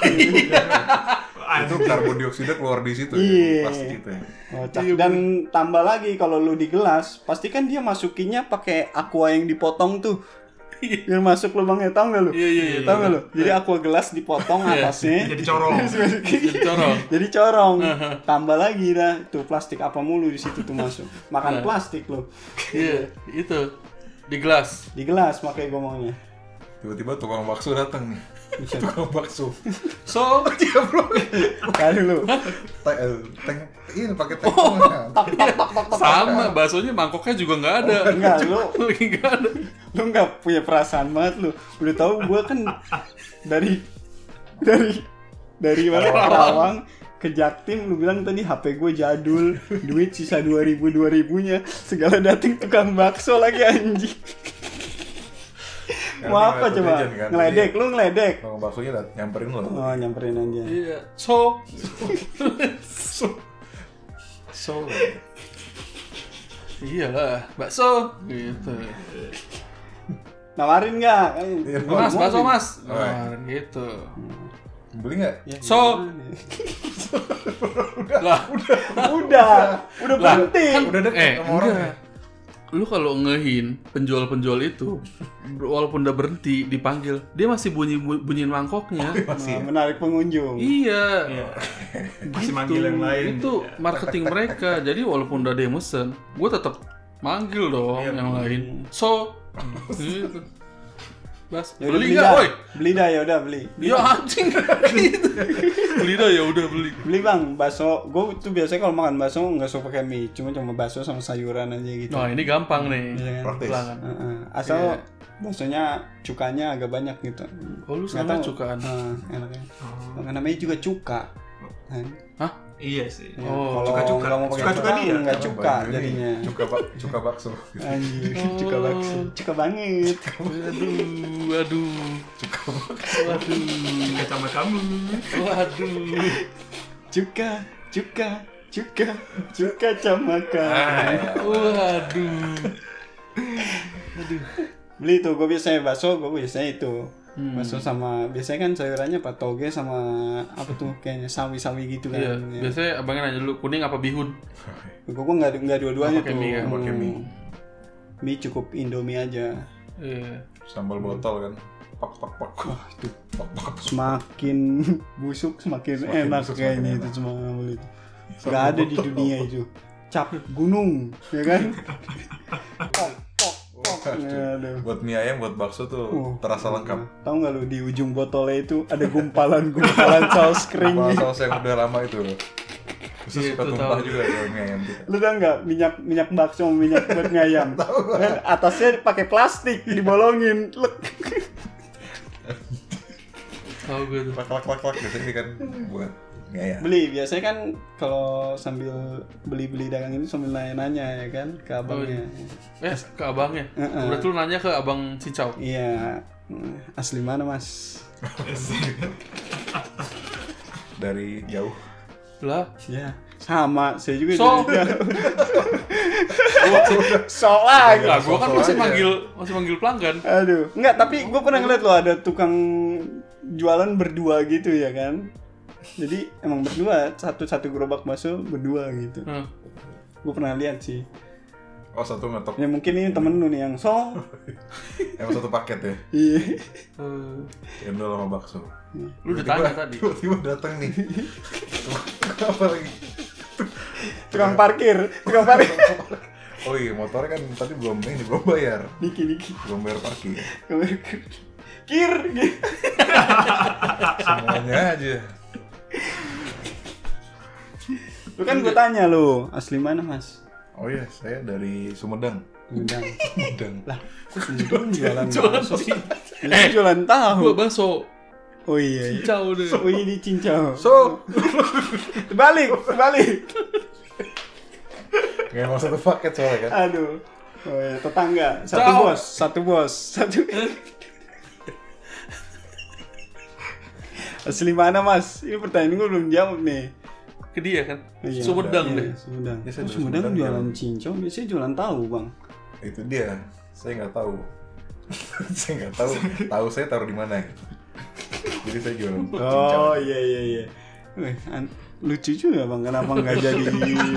Itu karbon dioksida keluar di situ
Iya.
ya. Plastik itu ya.
Kocak.
Iya,
Dan tambah lagi kalau lu di gelas, pasti kan dia masukinnya pakai aqua yang dipotong tuh. Biar masuk lubangnya, tau gak lu?
Iya.
Tau gak lu? Jadi aqua gelas dipotong
Iya.
atasnya.
Jadi corong.
Jadi corong.
Jadi corong. Tambah lagi dah. Tuh plastik apa mulu di situ tuh masuk. Makan plastik lu.
Iya, itu di gelas.
Di gelas makanya gue maunya.
Tiba-tiba tukang bakso datang nih. Tukang bakso.
So,
Dia bro.
Kali lu.
Tank ini pakai tank.
sama baksonya mangkoknya juga nggak ada.
Enggak, lu
Lagi nggak ada.
lu nggak punya perasaan banget lu. Udah tahu gue kan dari mana Kerawang ke Jaktim, lu bilang tadi HP gue jadul, duit sisa 2000-2000-nya, segala datang tukang bakso lagi anjing. Mau apa coba? Ngeledek, lu ngeledek.
Tukang baksonya nyamperin lo.
Oh, nyamperin aja.
Iya. So, iyalah, bakso gitu.
Nawarin nggak?
Iya,
Mas, bakso mas.
Oh, iya.
Nah, gitu.
Beli nggak?
Ya,
So.
udah penting.
Udah deket sama orang ya?
Lu kalau ngehin penjual-penjual itu, walaupun udah berhenti dipanggil, dia masih bunyiin mangkoknya.
Masih ya?
Menarik pengunjung.
Iya.
Masih manggil yang lain.
Itu marketing mereka. Jadi walaupun udah ada yang mesen, gue tetap manggil dong yang lain. So, gitu. Bas,
Yaudah,
beli nggak, woi?
Beli dah, ya udah beli.
Ya anjing. Gitu. Beli dah ya udah beli.
Beli bang, bakso. Gue tuh biasanya kalau makan bakso nggak suka pakai mie, cuma bakso sama sayuran aja gitu.
Nah ini gampang nih.
Iya kan?
Praktis.
Pelanggan.
Asal baksonya cukanya agak banyak gitu.
Oh lu
Nggak
sama
tahu.
cukaan?
Enaknya. Namanya juga cuka. Kan?
Hah?
Iya sih.
Ya,
Oh,
kalau
cuka-cuka.
nggak mau pakai
Cuka-cuka
cuka,
dia.
nggak cuka
Baju ini
jadinya.
Cuka bakso.
Anjir,
Oh.
cuka bakso. Cuka banget.
Waduh.
Kita sama kamu.
Waduh.
Cuka camaka.
Waduh.
Beli tuh, gue biasanya bakso, gue biasanya itu. Bakso sama biasanya kan sayurannya patoge sama apa tuh kayaknya sawi-sawi gitu kan.
Iya,
Ya.
biasanya abangnya nanya dulu kuning apa bihun.
Gue nggak dua-duanya
Nggak
tuh.
pakai mie kan?
Pakai mie.
Mie cukup Indomie aja.
Iya.
Sambal botol kan. Pak.
Semakin busuk semakin
Semakin
enak
busuk,
kayaknya
semakin
itu
enak.
semua itu. Gak ada di dunia itu. Cap gunung, ya kan? Pok. Aduh.
Buat mie ayam, buat bakso tuh terasa lengkap.
Tahu nggak lu di ujung botolnya itu ada gumpalan saus kering
Sama
gitu.
saus yang udah lama itu. Terus
Iya,
suka
itu
tumpah
tahu.
juga ya mie ayam kita.
Lu tau nggak minyak bakso sama minyak buat mie ayam? Kan atasnya pakai plastik dibolongin. Lek.
Tahu gue tuh.
Klak biasanya kan buat mie ayam.
Beli biasanya kan kalau sambil beli dagang ini sambil nanya-nanya ya kan ke abangnya.
Ke abangnya. Berarti lu nanya ke abang Cicau.
Iya, asli mana mas?
Dari jauh.
Lah,
Ya sama, saya juga
So.
dari jauh. So lagi.
lah gua kan
Sosok
masih
aja.
manggil pelanggan.
Aduh, enggak, tapi gue pernah ngeliat loh ada tukang jualan berdua gitu ya kan. Jadi emang berdua, satu gerobak bakso berdua gitu. Gue pernah lihat sih.
Oh satu ngetok.
Ya mungkin ini temen lu nih yang so.
Emang satu paket ya.
Iya.
Cendol sama bakso.
Lu udah tanya tadi.
Tiba-tiba datang nih. Apa lagi?
Tukang parkir.
Oh iya motornya kan tadi belum bayar.
Niki.
Belum bayar parkir.
Kir.
Semuanya aja.
Lu kan gue tanya lu, asli mana mas?
Oh iya saya dari Sumedang.
Sumedang. Lah, kok Sumedang jualan
Jualan
bakso?
sih.
Jualan tahu.
Gua bakso.
Oh iya.
Cicau deh.
Oh iya di cincau.
So
Balik.
nggak emang satu paket soalnya kan.
Aduh. Oh iya, tetangga.
Ciao.
Satu bos. Asli mana mas? Ini pertanyaan gue belum jawab nih.
Ke dia kan.
Iya,
Sumedang
iya,
deh.
Sumedang.
Ya, saya dari
Sumedang
Sumedang
jualan
jualan.
cincau, biasanya jualan tahu bang.
Itu dia. Saya nggak tahu. Saya nggak tahu. Tahu saya taruh di mana. Jadi saya jualan.
Oh iya. Wih, lucu juga bang. Kenapa nggak jadi?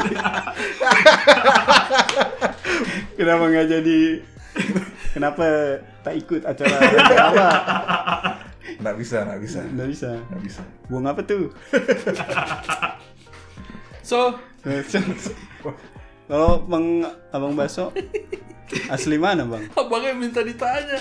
Kenapa nggak jadi? Kenapa tak ikut acara apa?
Nggak bisa.
Nggak bisa.
Nggak bisa.
Buang apa tuh?
So,
Kalau abang bakso asli mana bang?
abangnya minta ditanya.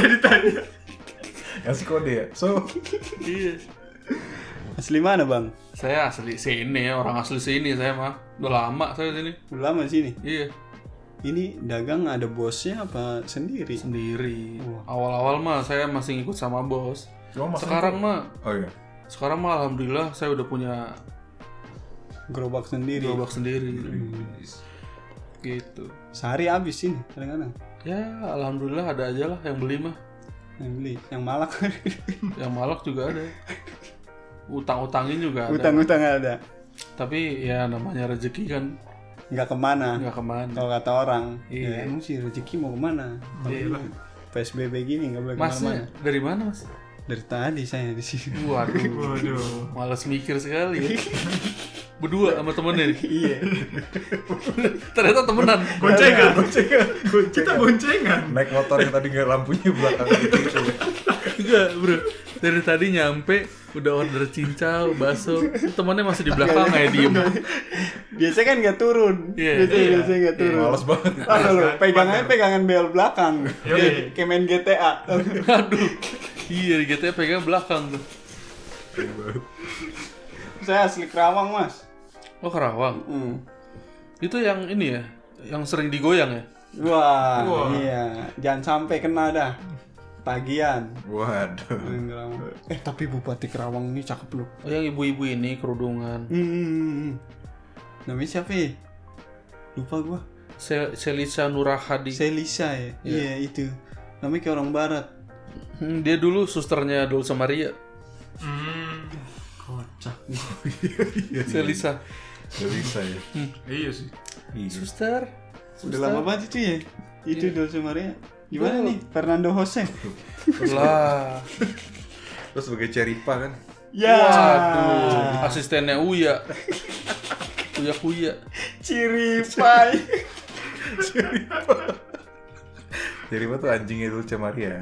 Ngasih kode ya. So
Iya.
Asli mana bang?
Saya asli sini, orang asli sini saya mah. Udah lama saya sini.
Udah lama di sini.
Iya.
Ini dagang ada bosnya apa sendiri?
Sendiri.
Wah.
Awal-awal mah saya masih ngikut sama bos.
Cuma maksudnya
Sekarang
tuh-
mah
Oh iya.
Sekarang mah alhamdulillah saya udah punya
Gerobak sendiri.
gerobak sendiri. Gitu.
Sehari habis ini kadang-kadang.
Ya, alhamdulillah ada aja lah yang beli mah.
Yang beli, yang malak.
Yang malak juga ada. Utang-utangin juga ada.
Utang-utang ada.
Tapi ya namanya rezeki kan
Nggak kemana.
nggak kemana.
Kalau kata orang,
Iya.
ya, emang sih rezeki mau kemana?
Iya lah.
PSBB gini nggak boleh
Masnya
kemana-mana.
dari mana mas?
Dari tadi saya di sini.
Waduh. Malas mikir sekali. Berdua sama temennya nih.
Iya.
Ternyata temenan.
Boncengan. Kita boncengan.
Naik motor yang tadi nggak lampunya belakang gitu.
Enggak bro. Dari tadi nyampe udah order cincau, bakso, temannya masih di belakang kayak diem.
Biasanya kan nggak turun. Biasanya nggak turun.
Males banget itu.
Pegangan bel belakang. Kayak main GTA.
Aduh. Iya, GTA pegang belakang tuh.
Saya asli Kerawang, Mas.
Oh, Kerawang. Itu yang ini ya, yang sering digoyang ya?
Wah. Iya. Jangan sampai kena dah. Tagihan.
Waduh.
Tapi Bupati Kerawang ini cakep loh.
Oh, yang ibu-ibu ini kerudungan.
Namanya siapa ya? Lupa gua.
Selisa Nurahadi.
Selisa ya? Iya itu. Namanya kayak orang barat.
Dia dulu susternya Dolce Maria.
Kocak.
Selisa.
Selisa ya.
Iya sih.
Suster.
Udah lama banget itu ya? Itu Dolce Maria. Gimana nih? Fernando Jose?
Lah.
Terus sebagai Ceripa kan?
Ya.
Waduh. Asistennya Uya. Kuya.
Ciripai.
Ceripa tuh anjingnya Dulce Maria.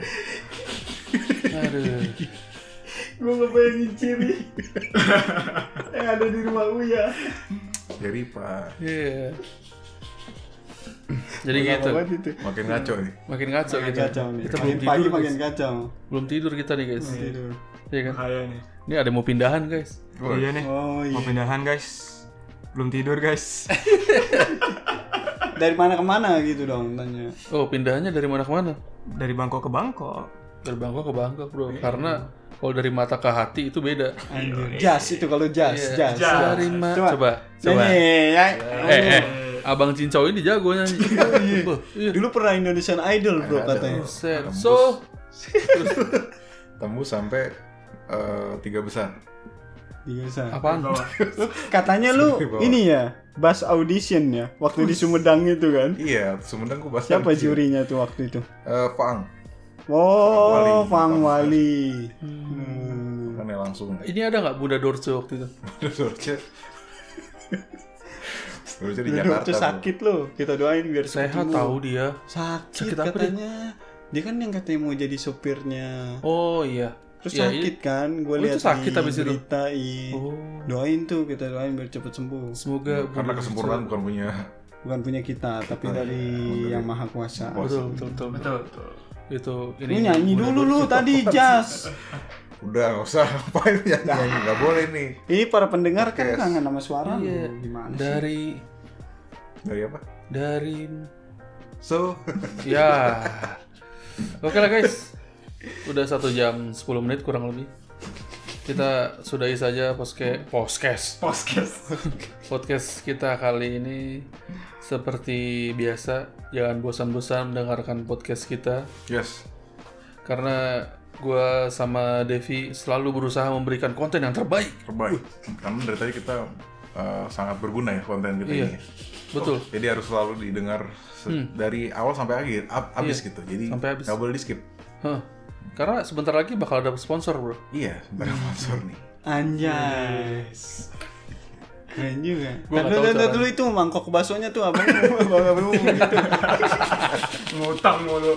Aduh.
Gue ngebayangin Ciri yang ada di rumah Uya.
Ceripa.
Iya. Jadi gitu.
Makin ngaco nih.
Makin ngaco gitu.
Kacau nih.
Kita
Makin
belum
pagi
tidur.
makin
Guys.
kacau.
Belum tidur kita nih guys.
Tidur.
Iya kan?
Bahaya nih.
Ini ada mau pindahan guys.
Iya nih.
Oh
Mau
iya.
pindahan guys. Belum tidur guys.
Dari mana ke mana gitu dong tanya.
Oh pindahannya dari mana ke mana?
Dari Bangkok ke Bangkok.
Dari Bangkok ke Bangkok bro. Karena kalau dari mata ke hati itu beda.
Anjir. Jas itu kalau jas.
Iya.
Jas.
Dari coba.
Nyanyi, ya.
Abang Cincau ini jago nyanyi. Iya.
Dulu pernah Indonesian Idol bro katanya.
Set. So
Tembus sampai 3 besar.
Bisa.
apaan?
Katanya lu
Sorry, Bapak.
ini ya, Bass audition ya, waktu di Sumedang itu kan.
Iya, Sumedang gue bahas.
Siapa jurinya tuh waktu itu?
Fang.
Oh, Fang Wali.
Kan ya langsung.
Ini ada nggak Bunda Dorce waktu itu?
Dorce. Dorce di
Udah
Jakarta.
tuh sakit loh. Kita doain biar
Sehat
sembuh.
tahu dia.
Sakit
Sakit apa
katanya. Dia kan yang katanya mau jadi sopirnya.
Oh iya.
Terus
Iya,
sakit kan, gue
Oh,
lihat
itu sakit
di
habis itu?
berita. Iya.
Oh.
Doain tuh, kita doain biar cepet sembuh.
Semoga
Karena
Bunda
kesempurnaan
Dorce-
bukan punya.
Bukan punya kita, tapi dari yang maha kuasa.
Betul.
Betul.
Itu
Lu nyanyi
Bunda
dulu lu
Dorce
tadi
apaan
Jas.
Udah nggak usah ngapain nyanyi, nggak boleh nih.
Ini para pendengar kan
Yes.
kangen sama suara
Iya.
lu. Gimana sih?
Dari apa?
dari
So,
ya. Oke lah guys. Udah 1 jam 10 menit kurang lebih. Kita sudahi saja podcast kita kali ini. Seperti biasa, jangan bosan-bosan mendengarkan podcast kita.
yes.
Karena gua sama Devi selalu berusaha memberikan konten yang terbaik.
Terbaik. Karena dari tadi kita sangat berguna ya konten kita
Iya.
ini.
Betul.
Jadi harus selalu didengar dari awal sampai akhir, habis
Iya,
gitu. Jadi
sampai habis.
nggak boleh di skip.
Hah. Karena sebentar lagi bakal ada sponsor, bro.
Iya, sebentar sponsor nih.
Anjay. Keren juga.
Gua nggak tahu caranya.
Dulu itu mangkok baksonya tuh abang gitu.
Ngutang mulu.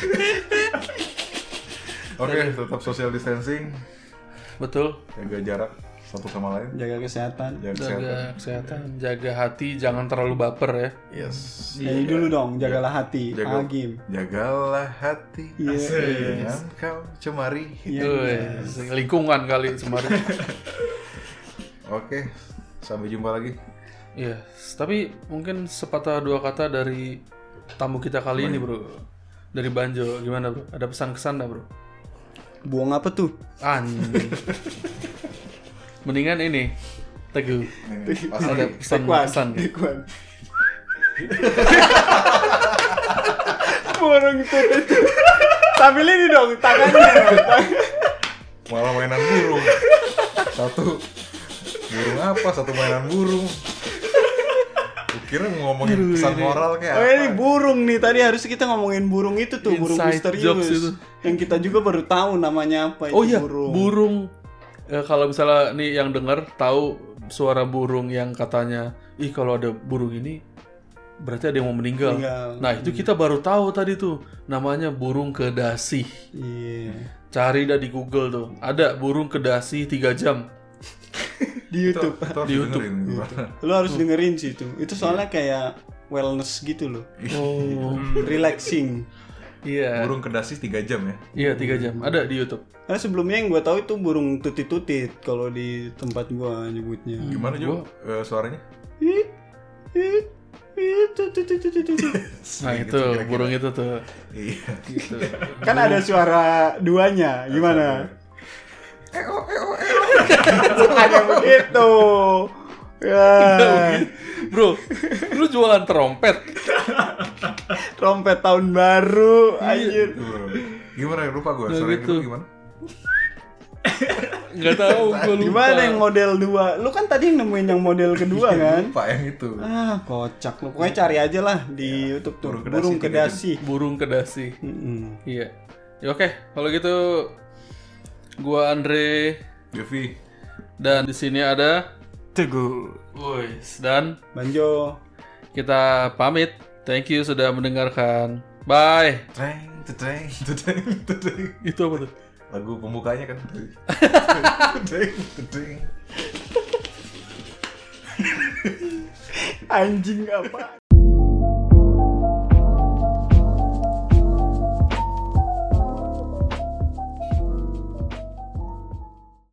Oke, tetap social distancing,
Betul.
jaga jarak satu sama lain,
Jaga kesehatan.
jaga kesehatan.
Jaga kesehatan, jaga hati, jangan terlalu baper ya.
Yes.
Nyanyi dulu dong, jagalah hati.
Jaga-
Agim.
Jagalah hati,
Iya.
jangan kau cemari.
Iya.
Wih, lingkungan kali semarin.
Oke, sampai jumpa lagi.
Iya, tapi mungkin sepatah dua kata dari tamu kita kali ini, bro. Dari Banjo, gimana bro? Ada pesan kesan dah bro?
Buang apa tuh?
Anjing. Mendingan ini Teguh.
Pas
Ada
lagi.
pesan kesan.
Tekwan. Burung itu. Sambil ini dong, tangannya.
Malah mainan burung. Satu burung apa? Satu mainan burung. Kira mau ngomongin pesan moral kayak
Oh
apa?
ini burung nih, tadi harusnya kita ngomongin burung itu tuh, burung
Inside jokes
misterius
itu.
yang kita juga baru tahu namanya apa itu
Oh iya,
burung.
burung. Kalau misalnya nih yang dengar tahu suara burung yang katanya, ih kalau ada burung ini berarti ada yang mau meninggal. Nah itu kita baru tahu tadi tuh, namanya burung kedasi.
Iya.
Cari dah di Google tuh, ada burung kedasi 3 jam.
Di YouTube.
Itu harus
Di YouTube.
dengerin.
Lo harus dengerin sih itu. Itu soalnya kayak wellness gitu loh.
Oh,
Relaxing.
iya.
Burung kedasi 3 jam ya.
Iya 3 jam, ada di YouTube.
Karena sebelumnya yang gue tahu itu burung tutit-tutit kalau di tempat gue nyebutnya.
Gimana juga suaranya?
Nah itu burung itu tuh.
Iya.
Gitu.
Kan ada suara duanya, gimana? Ada begitu. Ya.
Bro, lu jualan trompet?
Trompet tahun baru, anjir.
Gimana ya, lupa gue.
Nah,
Suara yang
gitu.
itu gimana?
Nggak tahu, gue lupa.
Gimana yang model 2? Lu kan tadi nemuin yang model kedua kan?
Lupa yang itu.
Ah, kocak lu. Pokoknya cari aja lah di YouTube tuh.
Burung kedasi,
Burung kedasi.
Burung kedasi. Iya. Ya, oke, kalau gitu gua Andre
Devi.
dan di sini ada
Teguh.
Boys dan
Banjo.
kita pamit. Thank you sudah mendengarkan. Bye.
Teng, teteng, teteng, teteng.
Itu apa tuh?
Lagu pembukanya kan. Teteng, teteng.
Anjing apa?